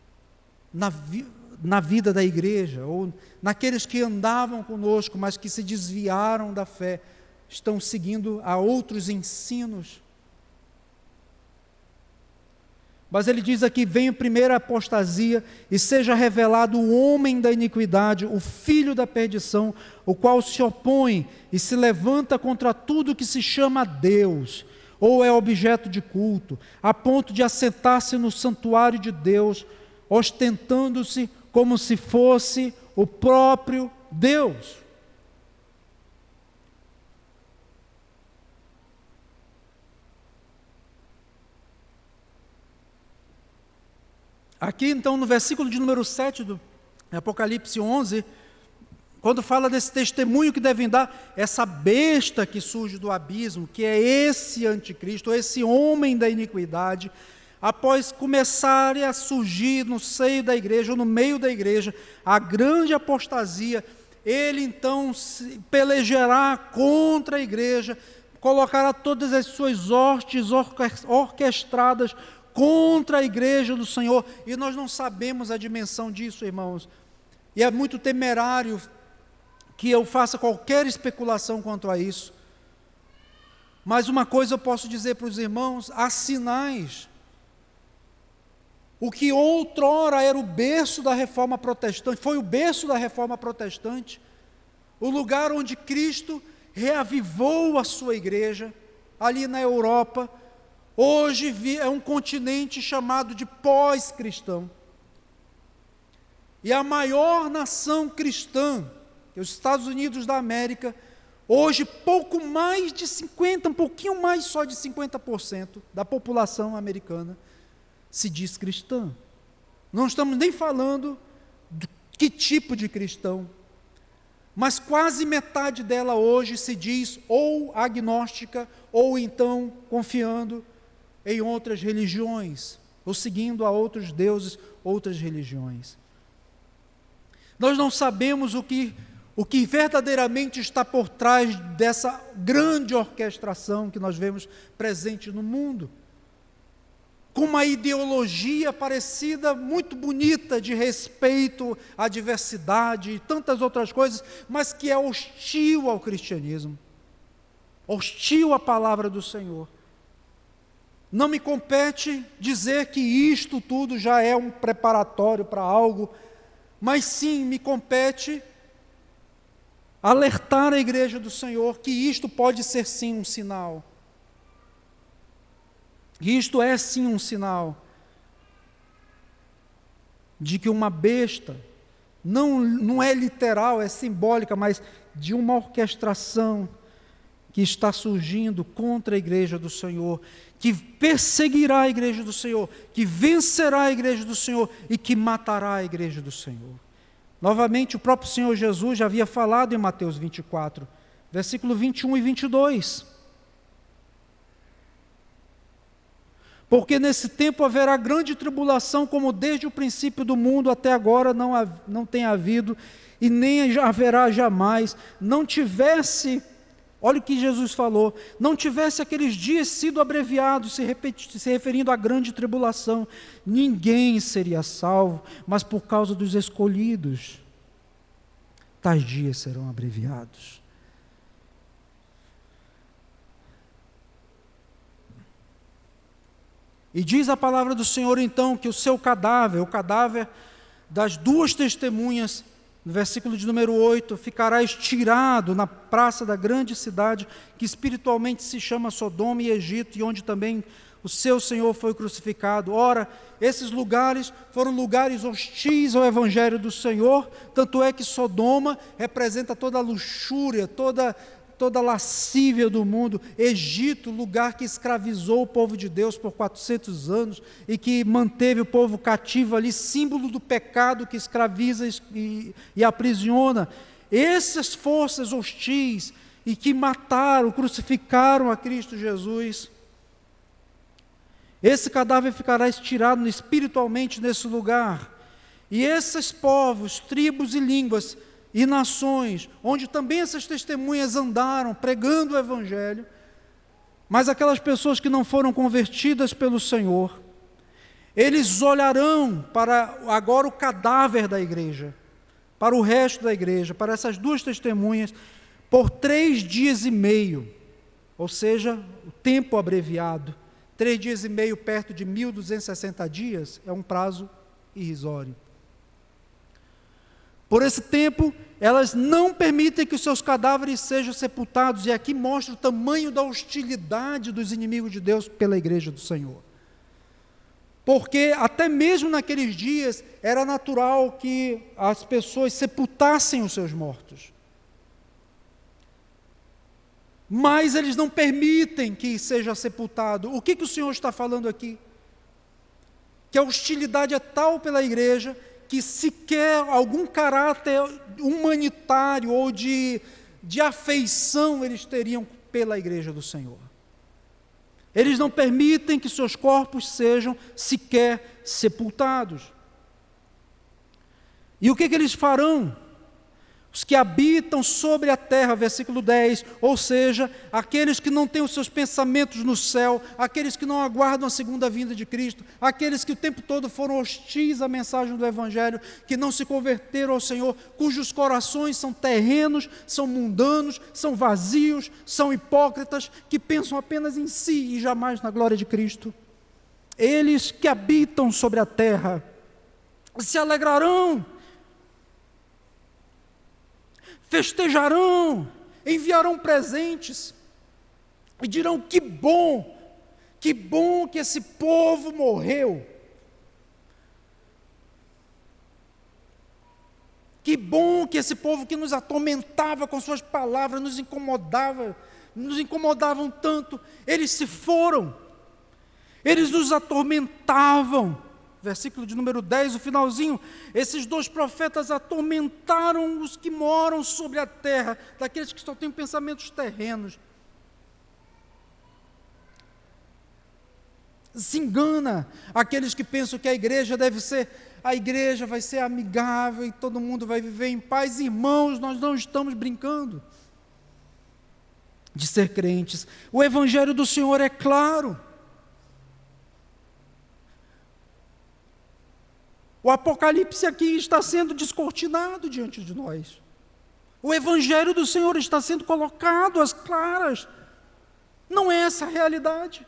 na vida da igreja, ou naqueles que andavam conosco, mas que se desviaram da fé, estão seguindo a outros ensinos. Mas ele diz aqui: venha primeiro a apostasia, e seja revelado o homem da iniquidade, o filho da perdição, o qual se opõe e se levanta contra tudo que se chama Deus, ou é objeto de culto, a ponto de assentar-se no santuário de Deus, ostentando-se como se fosse o próprio Deus. Aqui então no versículo de número 7 do Apocalipse 11, quando fala desse testemunho que devem dar, essa besta que surge do abismo, que é esse anticristo, esse homem da iniquidade, após começarem a surgir no seio da igreja, ou no meio da igreja, a grande apostasia, ele então pelejará contra a igreja, colocará todas as suas hostes orquestradas contra a igreja do Senhor, e nós não sabemos a dimensão disso, irmãos, e é muito temerário que eu faça qualquer especulação quanto a isso, mas uma coisa eu posso dizer para os irmãos: há sinais. O que outrora era o berço da reforma protestante, foi o berço da reforma protestante, o lugar onde Cristo reavivou a sua igreja, ali na Europa. Hoje é um continente chamado de pós-cristão. E a maior nação cristã, que é os Estados Unidos da América, hoje pouco mais de 50%, um pouquinho mais só de 50% da população americana se diz cristã. Não estamos nem falando de que tipo de cristão, mas quase metade dela hoje se diz ou agnóstica, ou então confiando em outras religiões, ou seguindo a outros deuses, outras religiões. Nós não sabemos o que verdadeiramente está por trás dessa grande orquestração que nós vemos presente no mundo, com uma ideologia parecida, muito bonita, de respeito à diversidade e tantas outras coisas, mas que é hostil ao cristianismo, hostil à palavra do Senhor. Não me compete dizer que isto tudo já é um preparatório para algo, mas sim me compete alertar a igreja do Senhor que isto pode ser sim um sinal. Isto é sim um sinal de que uma besta, não é literal, é simbólica, mas de uma orquestração que está surgindo contra a igreja do Senhor, que perseguirá a igreja do Senhor, que vencerá a igreja do Senhor e que matará a igreja do Senhor. Novamente, o próprio Senhor Jesus já havia falado em Mateus 24, versículo 21 e 22. Porque nesse tempo haverá grande tribulação, como desde o princípio do mundo até agora não tem havido, e nem haverá jamais, olha o que Jesus falou, não tivesse aqueles dias sido abreviados, se referindo à grande tribulação, ninguém seria salvo, mas por causa dos escolhidos, tais dias serão abreviados. E diz a palavra do Senhor então que o seu cadáver, o cadáver das duas testemunhas, no versículo de número 8, ficará estirado na praça da grande cidade, que espiritualmente se chama Sodoma e Egito, e onde também o seu Senhor foi crucificado. Ora, esses lugares foram lugares hostis ao Evangelho do Senhor, tanto é que Sodoma representa toda a luxúria, todo toda a lascívia do mundo. Egito, lugar que escravizou o povo de Deus por 400 anos e que manteve o povo cativo ali, símbolo do pecado que escraviza e aprisiona. Essas forças hostis e que mataram, crucificaram a Cristo Jesus, esse cadáver ficará estirado espiritualmente nesse lugar. E esses povos, tribos e línguas e nações, onde também essas testemunhas andaram pregando o Evangelho, mas aquelas pessoas que não foram convertidas pelo Senhor, eles olharão para agora o cadáver da igreja, para o resto da igreja, para essas duas testemunhas, por 3 dias e meio, ou seja, o tempo abreviado. 3 dias e meio perto de 1.260 dias é um prazo irrisório. Por esse tempo, elas não permitem que os seus cadáveres sejam sepultados, e aqui mostra o tamanho da hostilidade dos inimigos de Deus pela igreja do Senhor. Porque até mesmo naqueles dias era natural que as pessoas sepultassem os seus mortos. Mas eles não permitem que seja sepultado. O que o Senhor está falando aqui? Que a hostilidade é tal pela igreja que sequer algum caráter humanitário ou de afeição eles teriam pela igreja do Senhor. Eles não permitem que seus corpos sejam sequer sepultados. E o que eles farão? Os que habitam sobre a terra, versículo 10, ou seja, aqueles que não têm os seus pensamentos no céu, aqueles que não aguardam a segunda vinda de Cristo, aqueles que o tempo todo foram hostis à mensagem do Evangelho, que não se converteram ao Senhor, cujos corações são terrenos, são mundanos, são vazios, são hipócritas, que pensam apenas em si e jamais na glória de Cristo. Eles que habitam sobre a terra se alegrarão, festejarão, enviarão presentes e dirão: que bom que esse povo morreu. Que bom que esse povo que nos atormentava com suas palavras, nos incomodavam tanto, eles se foram, eles nos atormentavam. Versículo de número 10, o finalzinho, esses 2 profetas atormentaram os que moram sobre a terra, daqueles que só têm pensamentos terrenos. Se engana aqueles que pensam que a igreja vai ser amigável e todo mundo vai viver em paz. Irmãos, nós não estamos brincando de ser crentes. O Evangelho do Senhor é claro. O Apocalipse aqui está sendo descortinado diante de nós. O Evangelho do Senhor está sendo colocado às claras. Não é essa a realidade.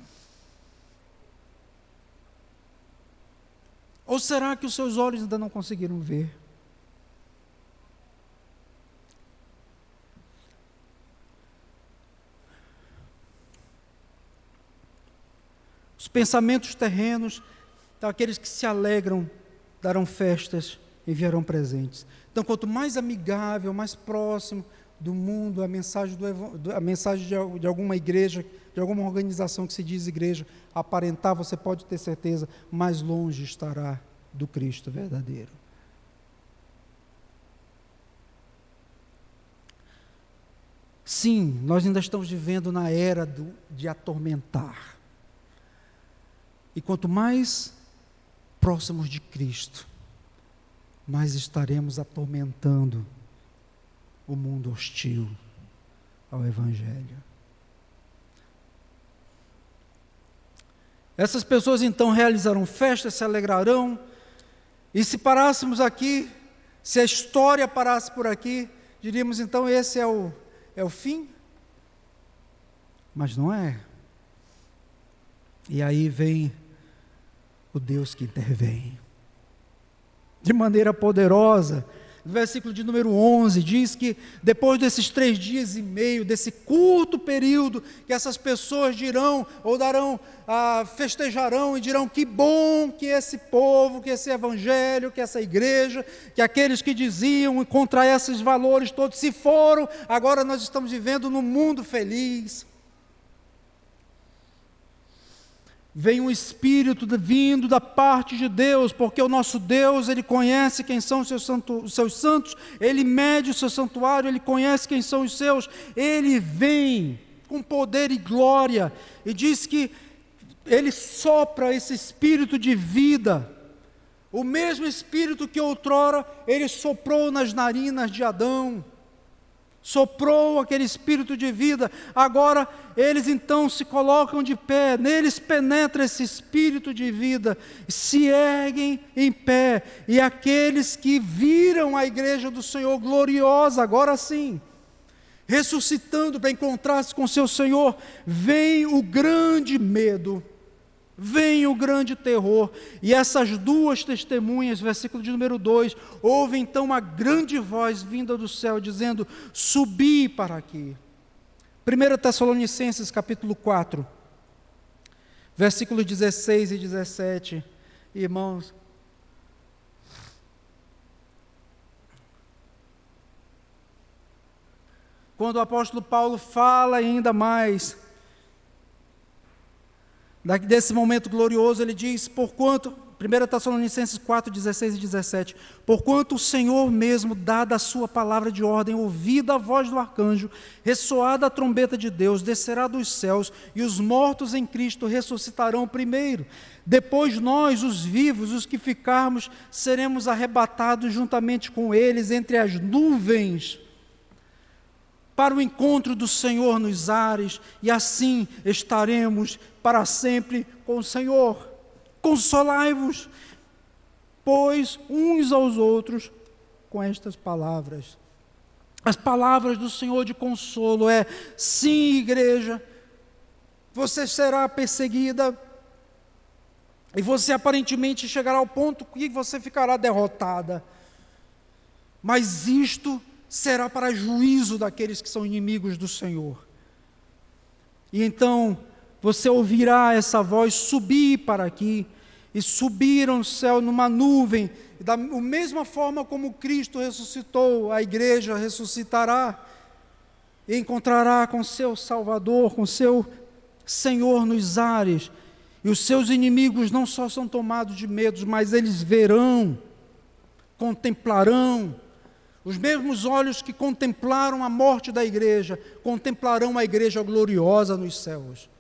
Ou será que os seus olhos ainda não conseguiram ver? Os pensamentos terrenos, aqueles que se alegram, darão festas, enviarão presentes. Então, quanto mais amigável, mais próximo do mundo, a mensagem de alguma igreja, de alguma organização que se diz igreja, aparentar, você pode ter certeza, mais longe estará do Cristo verdadeiro. Sim, nós ainda estamos vivendo na era de atormentar. E quanto mais próximos de Cristo, mais estaremos atormentando o mundo hostil ao Evangelho. Essas pessoas então realizarão festas, se alegrarão, e se parássemos aqui, se a história parasse por aqui, diríamos então: esse é o fim? Mas não é. E aí vem o Deus que intervém de maneira poderosa, no versículo de número 11, diz que depois desses 3 dias e meio, desse curto período, que essas pessoas dirão, ou darão, festejarão e dirão: que bom que esse povo, que esse evangelho, que essa igreja, que aqueles que diziam contra esses valores todos se foram, agora nós estamos vivendo num mundo feliz. Vem um Espírito vindo da parte de Deus, porque o nosso Deus, Ele conhece quem são os seus santos, Ele mede o seu santuário, Ele conhece quem são os seus, Ele vem com poder e glória, e diz que Ele sopra esse Espírito de vida, o mesmo Espírito que outrora Ele soprou nas narinas de Adão, soprou aquele espírito de vida, agora eles então se colocam de pé, neles penetra esse espírito de vida, se erguem em pé, e aqueles que viram a igreja do Senhor gloriosa, agora sim, ressuscitando para encontrar-se com seu Senhor, vem o grande medo, vem o grande terror, e essas duas testemunhas, versículo de número 2, houve então uma grande voz vinda do céu, dizendo: subi para aqui. 1 Tessalonicenses capítulo 4, versículos 16 e 17, irmãos, quando o apóstolo Paulo fala ainda mais desse momento glorioso, ele diz: porquanto, 1 Tessalonicenses 4, 16 e 17, porquanto o Senhor mesmo, dada a sua palavra de ordem, ouvida a voz do arcanjo, ressoada a trombeta de Deus, descerá dos céus, e os mortos em Cristo ressuscitarão primeiro. Depois nós, os vivos, os que ficarmos, seremos arrebatados juntamente com eles entre as nuvens, para o encontro do Senhor nos ares, e assim estaremos para sempre com o Senhor. Consolai-vos, pois, uns aos outros com estas palavras. As palavras do Senhor de consolo é: sim, igreja, você será perseguida, e você aparentemente chegará ao ponto que você ficará derrotada, mas isto será para juízo daqueles que são inimigos do Senhor. E então você ouvirá essa voz subir para aqui, e subiram no céu numa nuvem, da mesma forma como Cristo ressuscitou, a igreja ressuscitará, e encontrará com seu Salvador, com seu Senhor nos ares, e os seus inimigos não só são tomados de medo, mas eles verão, contemplarão. Os mesmos olhos que contemplaram a morte da igreja, contemplarão a igreja gloriosa nos céus,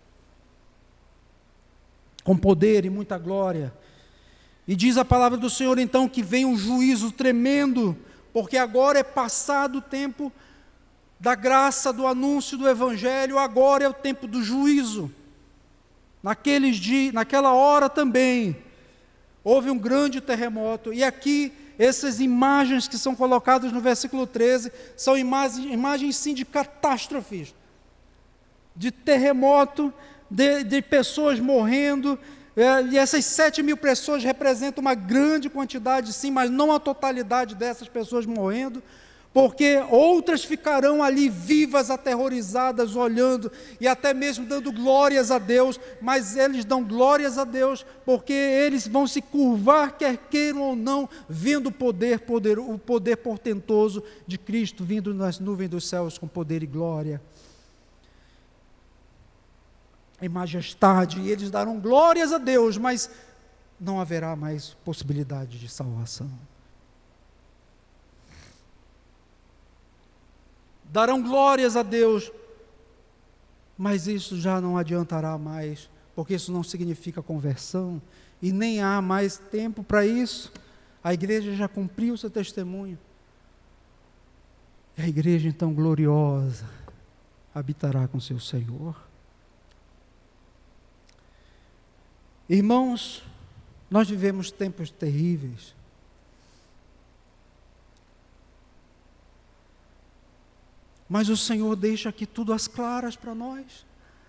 com poder e muita glória. E diz a palavra do Senhor então que vem um juízo tremendo, porque agora é passado o tempo da graça, do anúncio do evangelho, agora é o tempo do juízo. Naqueles dias, naquela hora também, houve um grande terremoto, e aqui essas imagens que são colocadas no versículo 13, são imagens sim de catástrofes, de terremoto, de pessoas morrendo, e essas 7.000 pessoas representam uma grande quantidade sim, mas não a totalidade dessas pessoas morrendo, porque outras ficarão ali vivas, aterrorizadas, olhando, e até mesmo dando glórias a Deus, mas eles dão glórias a Deus, porque eles vão se curvar, quer queiram ou não, vendo o poder portentoso de Cristo, vindo nas nuvens dos céus com poder e glória, e majestade, e eles darão glórias a Deus, mas não haverá mais possibilidade de salvação. Darão glórias a Deus, mas isso já não adiantará mais, porque isso não significa conversão, e nem há mais tempo para isso. A igreja já cumpriu seu testemunho, e a igreja então gloriosa habitará com seu Senhor. Irmãos, nós vivemos tempos terríveis, mas o Senhor deixa aqui tudo às claras para nós.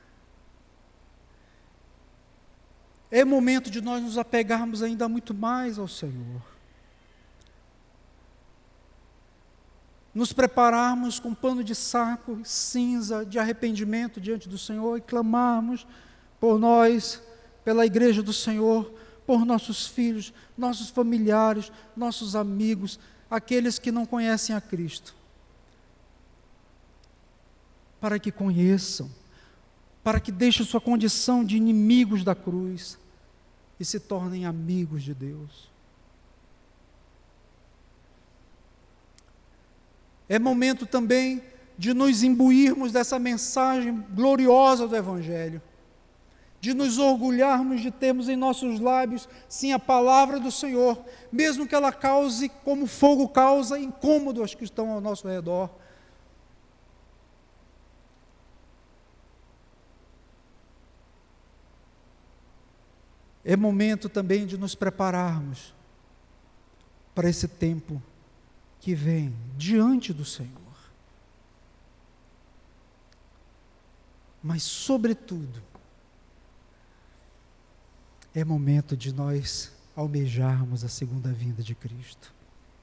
É momento de nós nos apegarmos ainda muito mais ao Senhor. nos prepararmos com pano de saco, cinza, de arrependimento diante do Senhor e clamarmos por nós, pela igreja do Senhor, por nossos filhos, nossos familiares, nossos amigos, aqueles que não conhecem a Cristo, para que conheçam, para que deixem sua condição de inimigos da cruz e se tornem amigos de Deus. É momento também de nos imbuirmos dessa mensagem gloriosa do Evangelho, de nos orgulharmos de termos em nossos lábios, sim, a palavra do Senhor, mesmo que ela cause, como fogo causa, incômodo aos que estão ao nosso redor. É momento também de nos prepararmos para esse tempo que vem diante do Senhor. Mas, sobretudo, é momento de nós almejarmos a segunda vinda de Cristo.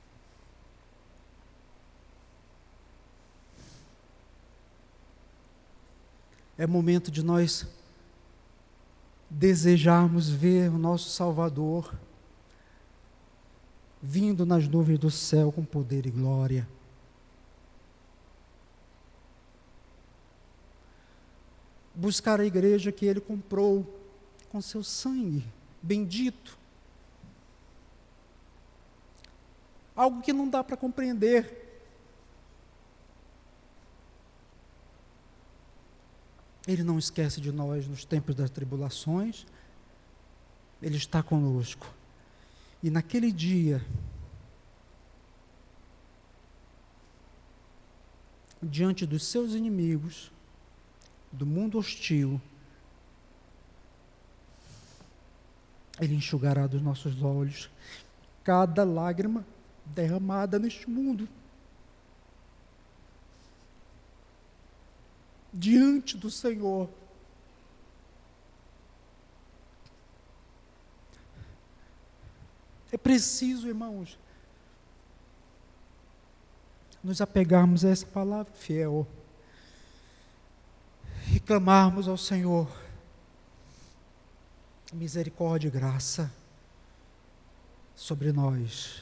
É momento de nós desejarmos ver o nosso Salvador vindo nas nuvens do céu com poder e glória. Buscar a igreja que Ele comprou com seu sangue bendito. Algo que não dá para compreender. Ele não esquece de nós nos tempos das tribulações. Ele está conosco. E naquele dia, diante dos seus inimigos, do mundo hostil, Ele enxugará dos nossos olhos cada lágrima derramada neste mundo. Diante do Senhor. É preciso, irmãos, nos apegarmos a essa palavra fiel e clamarmos ao Senhor misericórdia e graça sobre nós.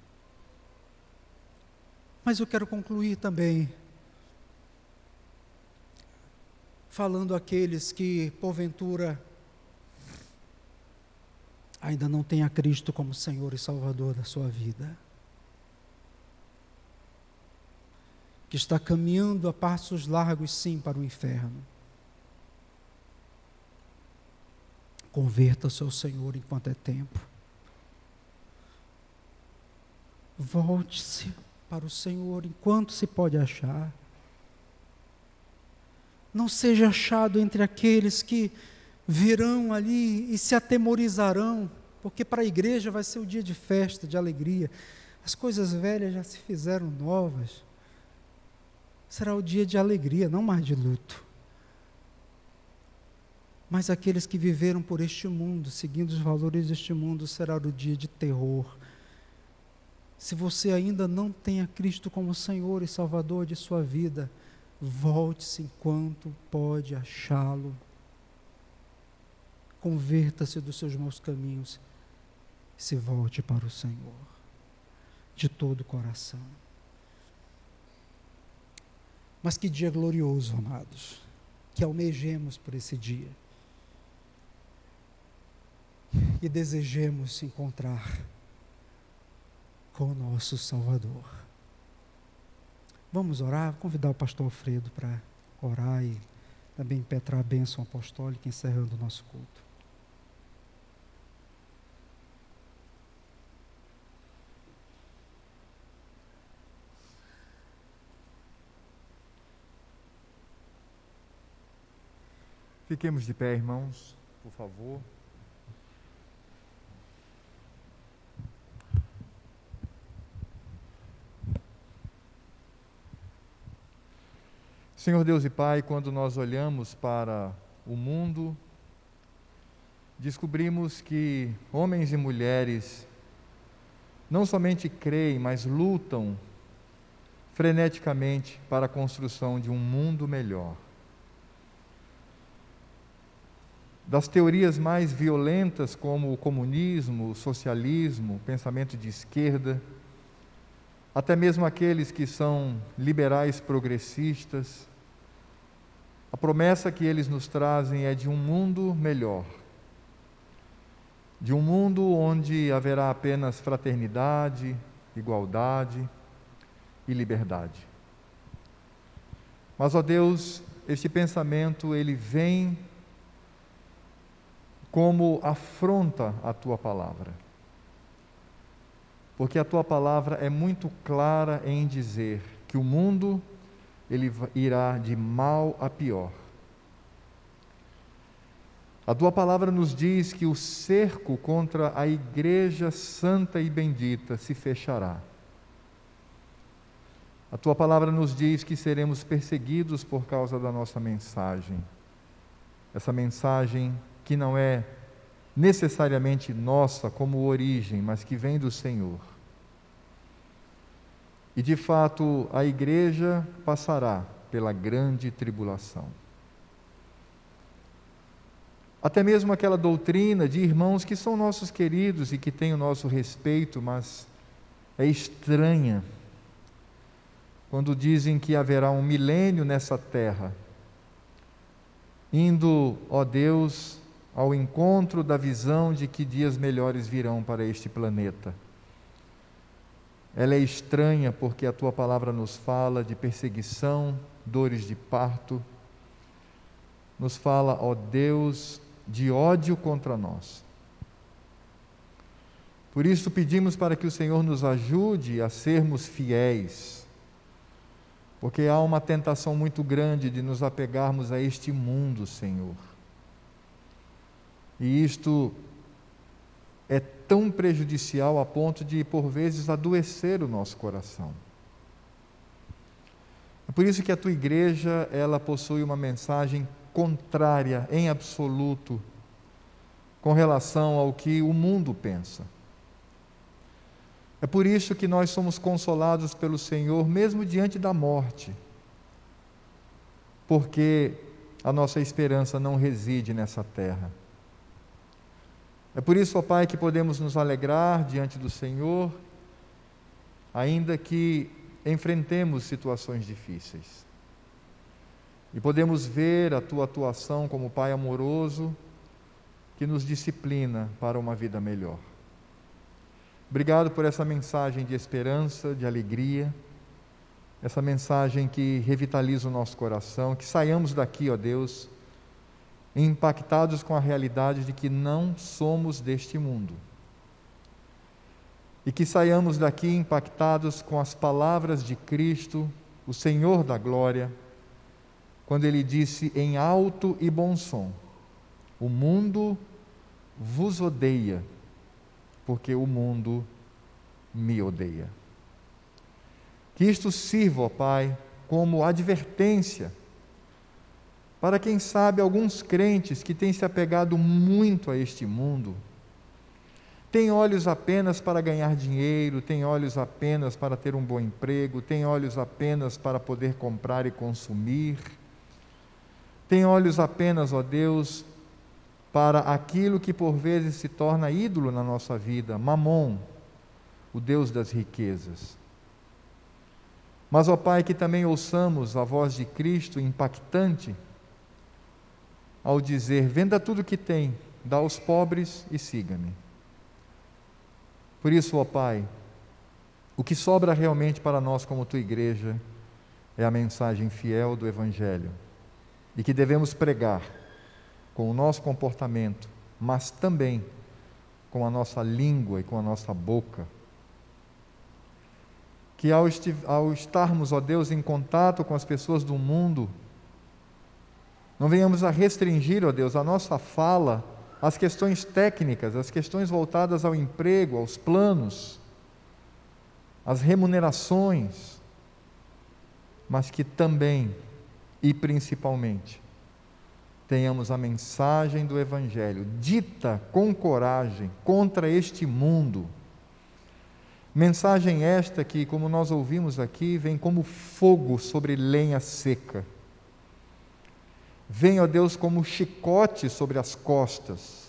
Mas eu quero concluir também falando àqueles que, porventura, ainda não têm a Cristo como Senhor e Salvador da sua vida, que está caminhando a passos largos, sim, para o inferno. Converta-se ao Senhor enquanto é tempo. Volte-se para o Senhor enquanto se pode achar. Não seja achado entre aqueles que virão ali e se atemorizarão, porque para a igreja vai ser o dia de festa, de alegria. As coisas velhas já se fizeram novas. Será o dia de alegria, não mais de luto. Mas aqueles que viveram por este mundo, seguindo os valores deste mundo, será o dia de terror. Se você ainda não tem a Cristo como Senhor e Salvador de sua vida, volte-se enquanto pode achá-lo. Converta-se dos seus maus caminhos e se volte para o Senhor, de todo o coração. Mas que dia glorioso, amados, que almejemos por esse dia e desejemos se encontrar com o nosso Salvador. Vamos orar, convidar o pastor Alfredo para orar e também impetrar a bênção apostólica, encerrando o nosso culto. Fiquemos de pé, irmãos, por favor. Senhor Deus e Pai, quando nós olhamos para o mundo, descobrimos que homens e mulheres não somente creem, mas lutam freneticamente para a construção de um mundo melhor. Das teorias mais violentas, como o comunismo, o socialismo, o pensamento de esquerda, até mesmo aqueles que são liberais progressistas, a promessa que eles nos trazem é de um mundo melhor, de um mundo onde haverá apenas fraternidade, igualdade e liberdade. Mas, ó Deus, este pensamento, ele vem como afronta a Tua palavra. Porque a Tua palavra é muito clara em dizer que o mundo, ele irá de mal a pior. A Tua palavra nos diz que o cerco contra a Igreja Santa e Bendita se fechará. A Tua palavra nos diz que seremos perseguidos por causa da nossa mensagem. Essa mensagem que não é necessariamente nossa como origem, mas que vem do Senhor. E de fato, a igreja passará pela grande tribulação. Até mesmo aquela doutrina de irmãos que são nossos queridos e que têm o nosso respeito, mas é estranha, quando dizem que haverá um milênio nessa terra, indo, ó Deus, ao encontro da visão de que dias melhores virão para este planeta. Ela é estranha porque a Tua palavra nos fala de perseguição, dores de parto, nos fala, ó Deus, de ódio contra nós. Por isso pedimos para que o Senhor nos ajude a sermos fiéis, porque há uma tentação muito grande de nos apegarmos a este mundo, Senhor. E isto é tão prejudicial a ponto de, por vezes, adoecer o nosso coração. É por isso que a Tua igreja, ela possui uma mensagem contrária, em absoluto, com relação ao que o mundo pensa. É por isso que nós somos consolados pelo Senhor, mesmo diante da morte, porque a nossa esperança não reside nessa terra. É por isso, ó Pai, que podemos nos alegrar diante do Senhor, ainda que enfrentemos situações difíceis. E podemos ver a Tua atuação como Pai amoroso, que nos disciplina para uma vida melhor. Obrigado por essa mensagem de esperança, de alegria, essa mensagem que revitaliza o nosso coração, que saiamos daqui, ó Deus, impactados com a realidade de que não somos deste mundo. E que saiamos daqui impactados com as palavras de Cristo, o Senhor da glória, quando Ele disse em alto e bom som: o mundo vos odeia, porque o mundo me odeia. Que isto sirva, ó Pai, como advertência para, quem sabe, alguns crentes que têm se apegado muito a este mundo, têm olhos apenas para ganhar dinheiro, têm olhos apenas para ter um bom emprego, têm olhos apenas para poder comprar e consumir, têm olhos apenas, ó Deus, para aquilo que por vezes se torna ídolo na nossa vida, Mamon, o Deus das riquezas. Mas, ó Pai, que também ouçamos a voz de Cristo impactante, ao dizer: venda tudo que tem, dá aos pobres e siga-me. Por isso, ó Pai, o que sobra realmente para nós como Tua igreja é a mensagem fiel do Evangelho, e que devemos pregar com o nosso comportamento, mas também com a nossa língua e com a nossa boca. Que ao estarmos, ó Deus, em contato com as pessoas do mundo, não venhamos a restringir, ó Deus, a nossa fala às questões técnicas, às questões voltadas ao emprego, aos planos, às remunerações, mas que também e principalmente tenhamos a mensagem do Evangelho dita com coragem contra este mundo, Mensagem esta que, como nós ouvimos aqui, vem como fogo sobre lenha seca. Vem, ó Deus, como chicote sobre as costas,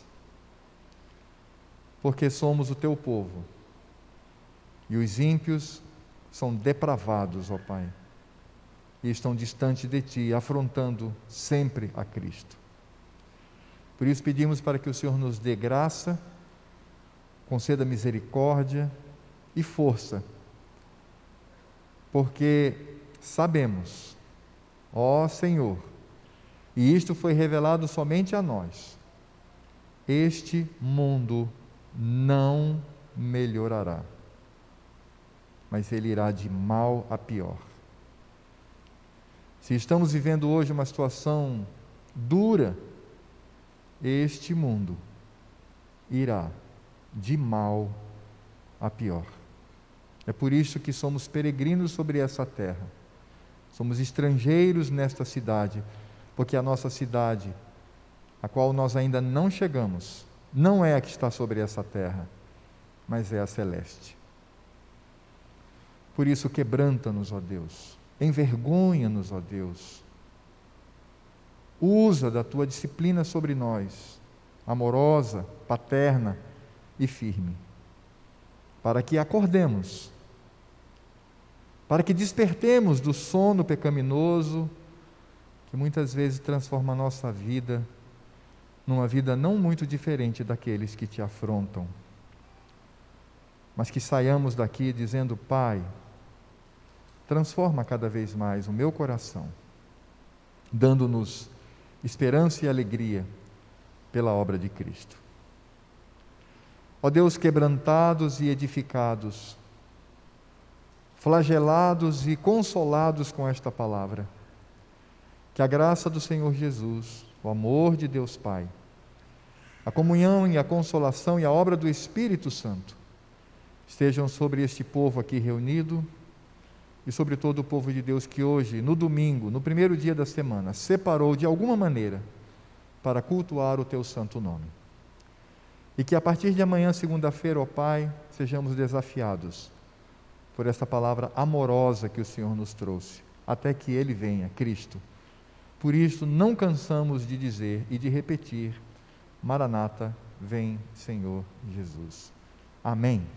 porque somos o teu povo. E os ímpios são depravados, ó Pai, e estão distante de Ti, afrontando sempre a Cristo. Por isso pedimos para que o Senhor nos dê graça, conceda misericórdia e força, porque sabemos, ó Senhor, e isto foi revelado somente a nós, este mundo não melhorará, mas ele irá de mal a pior. Se estamos vivendo hoje uma situação dura, este mundo irá de mal a pior. É por isso que somos peregrinos sobre essa terra, somos estrangeiros nesta cidade, porque a nossa cidade, a qual nós ainda não chegamos, não é a que está sobre essa terra, mas é a celeste. Por isso, quebranta-nos, ó Deus, envergonha-nos, ó Deus, usa da Tua disciplina sobre nós, amorosa, paterna e firme, para que acordemos, para que despertemos do sono pecaminoso, que muitas vezes transforma a nossa vida numa vida não muito diferente daqueles que Te afrontam, mas que saiamos daqui dizendo: Pai, transforma cada vez mais o meu coração, dando-nos esperança e alegria pela obra de Cristo. Ó Deus, quebrantados e edificados, flagelados e consolados com esta palavra, que a graça do Senhor Jesus, o amor de Deus Pai, a comunhão e a consolação e a obra do Espírito Santo estejam sobre este povo aqui reunido e sobre todo o povo de Deus que hoje, no domingo, no primeiro dia da semana, separou de alguma maneira para cultuar o Teu santo nome. E que a partir de amanhã, segunda-feira, ó Pai, sejamos desafiados por esta palavra amorosa que o Senhor nos trouxe, até que Ele venha, Cristo. Por isso, não cansamos de dizer e de repetir: Maranata, vem, Senhor Jesus. Amém.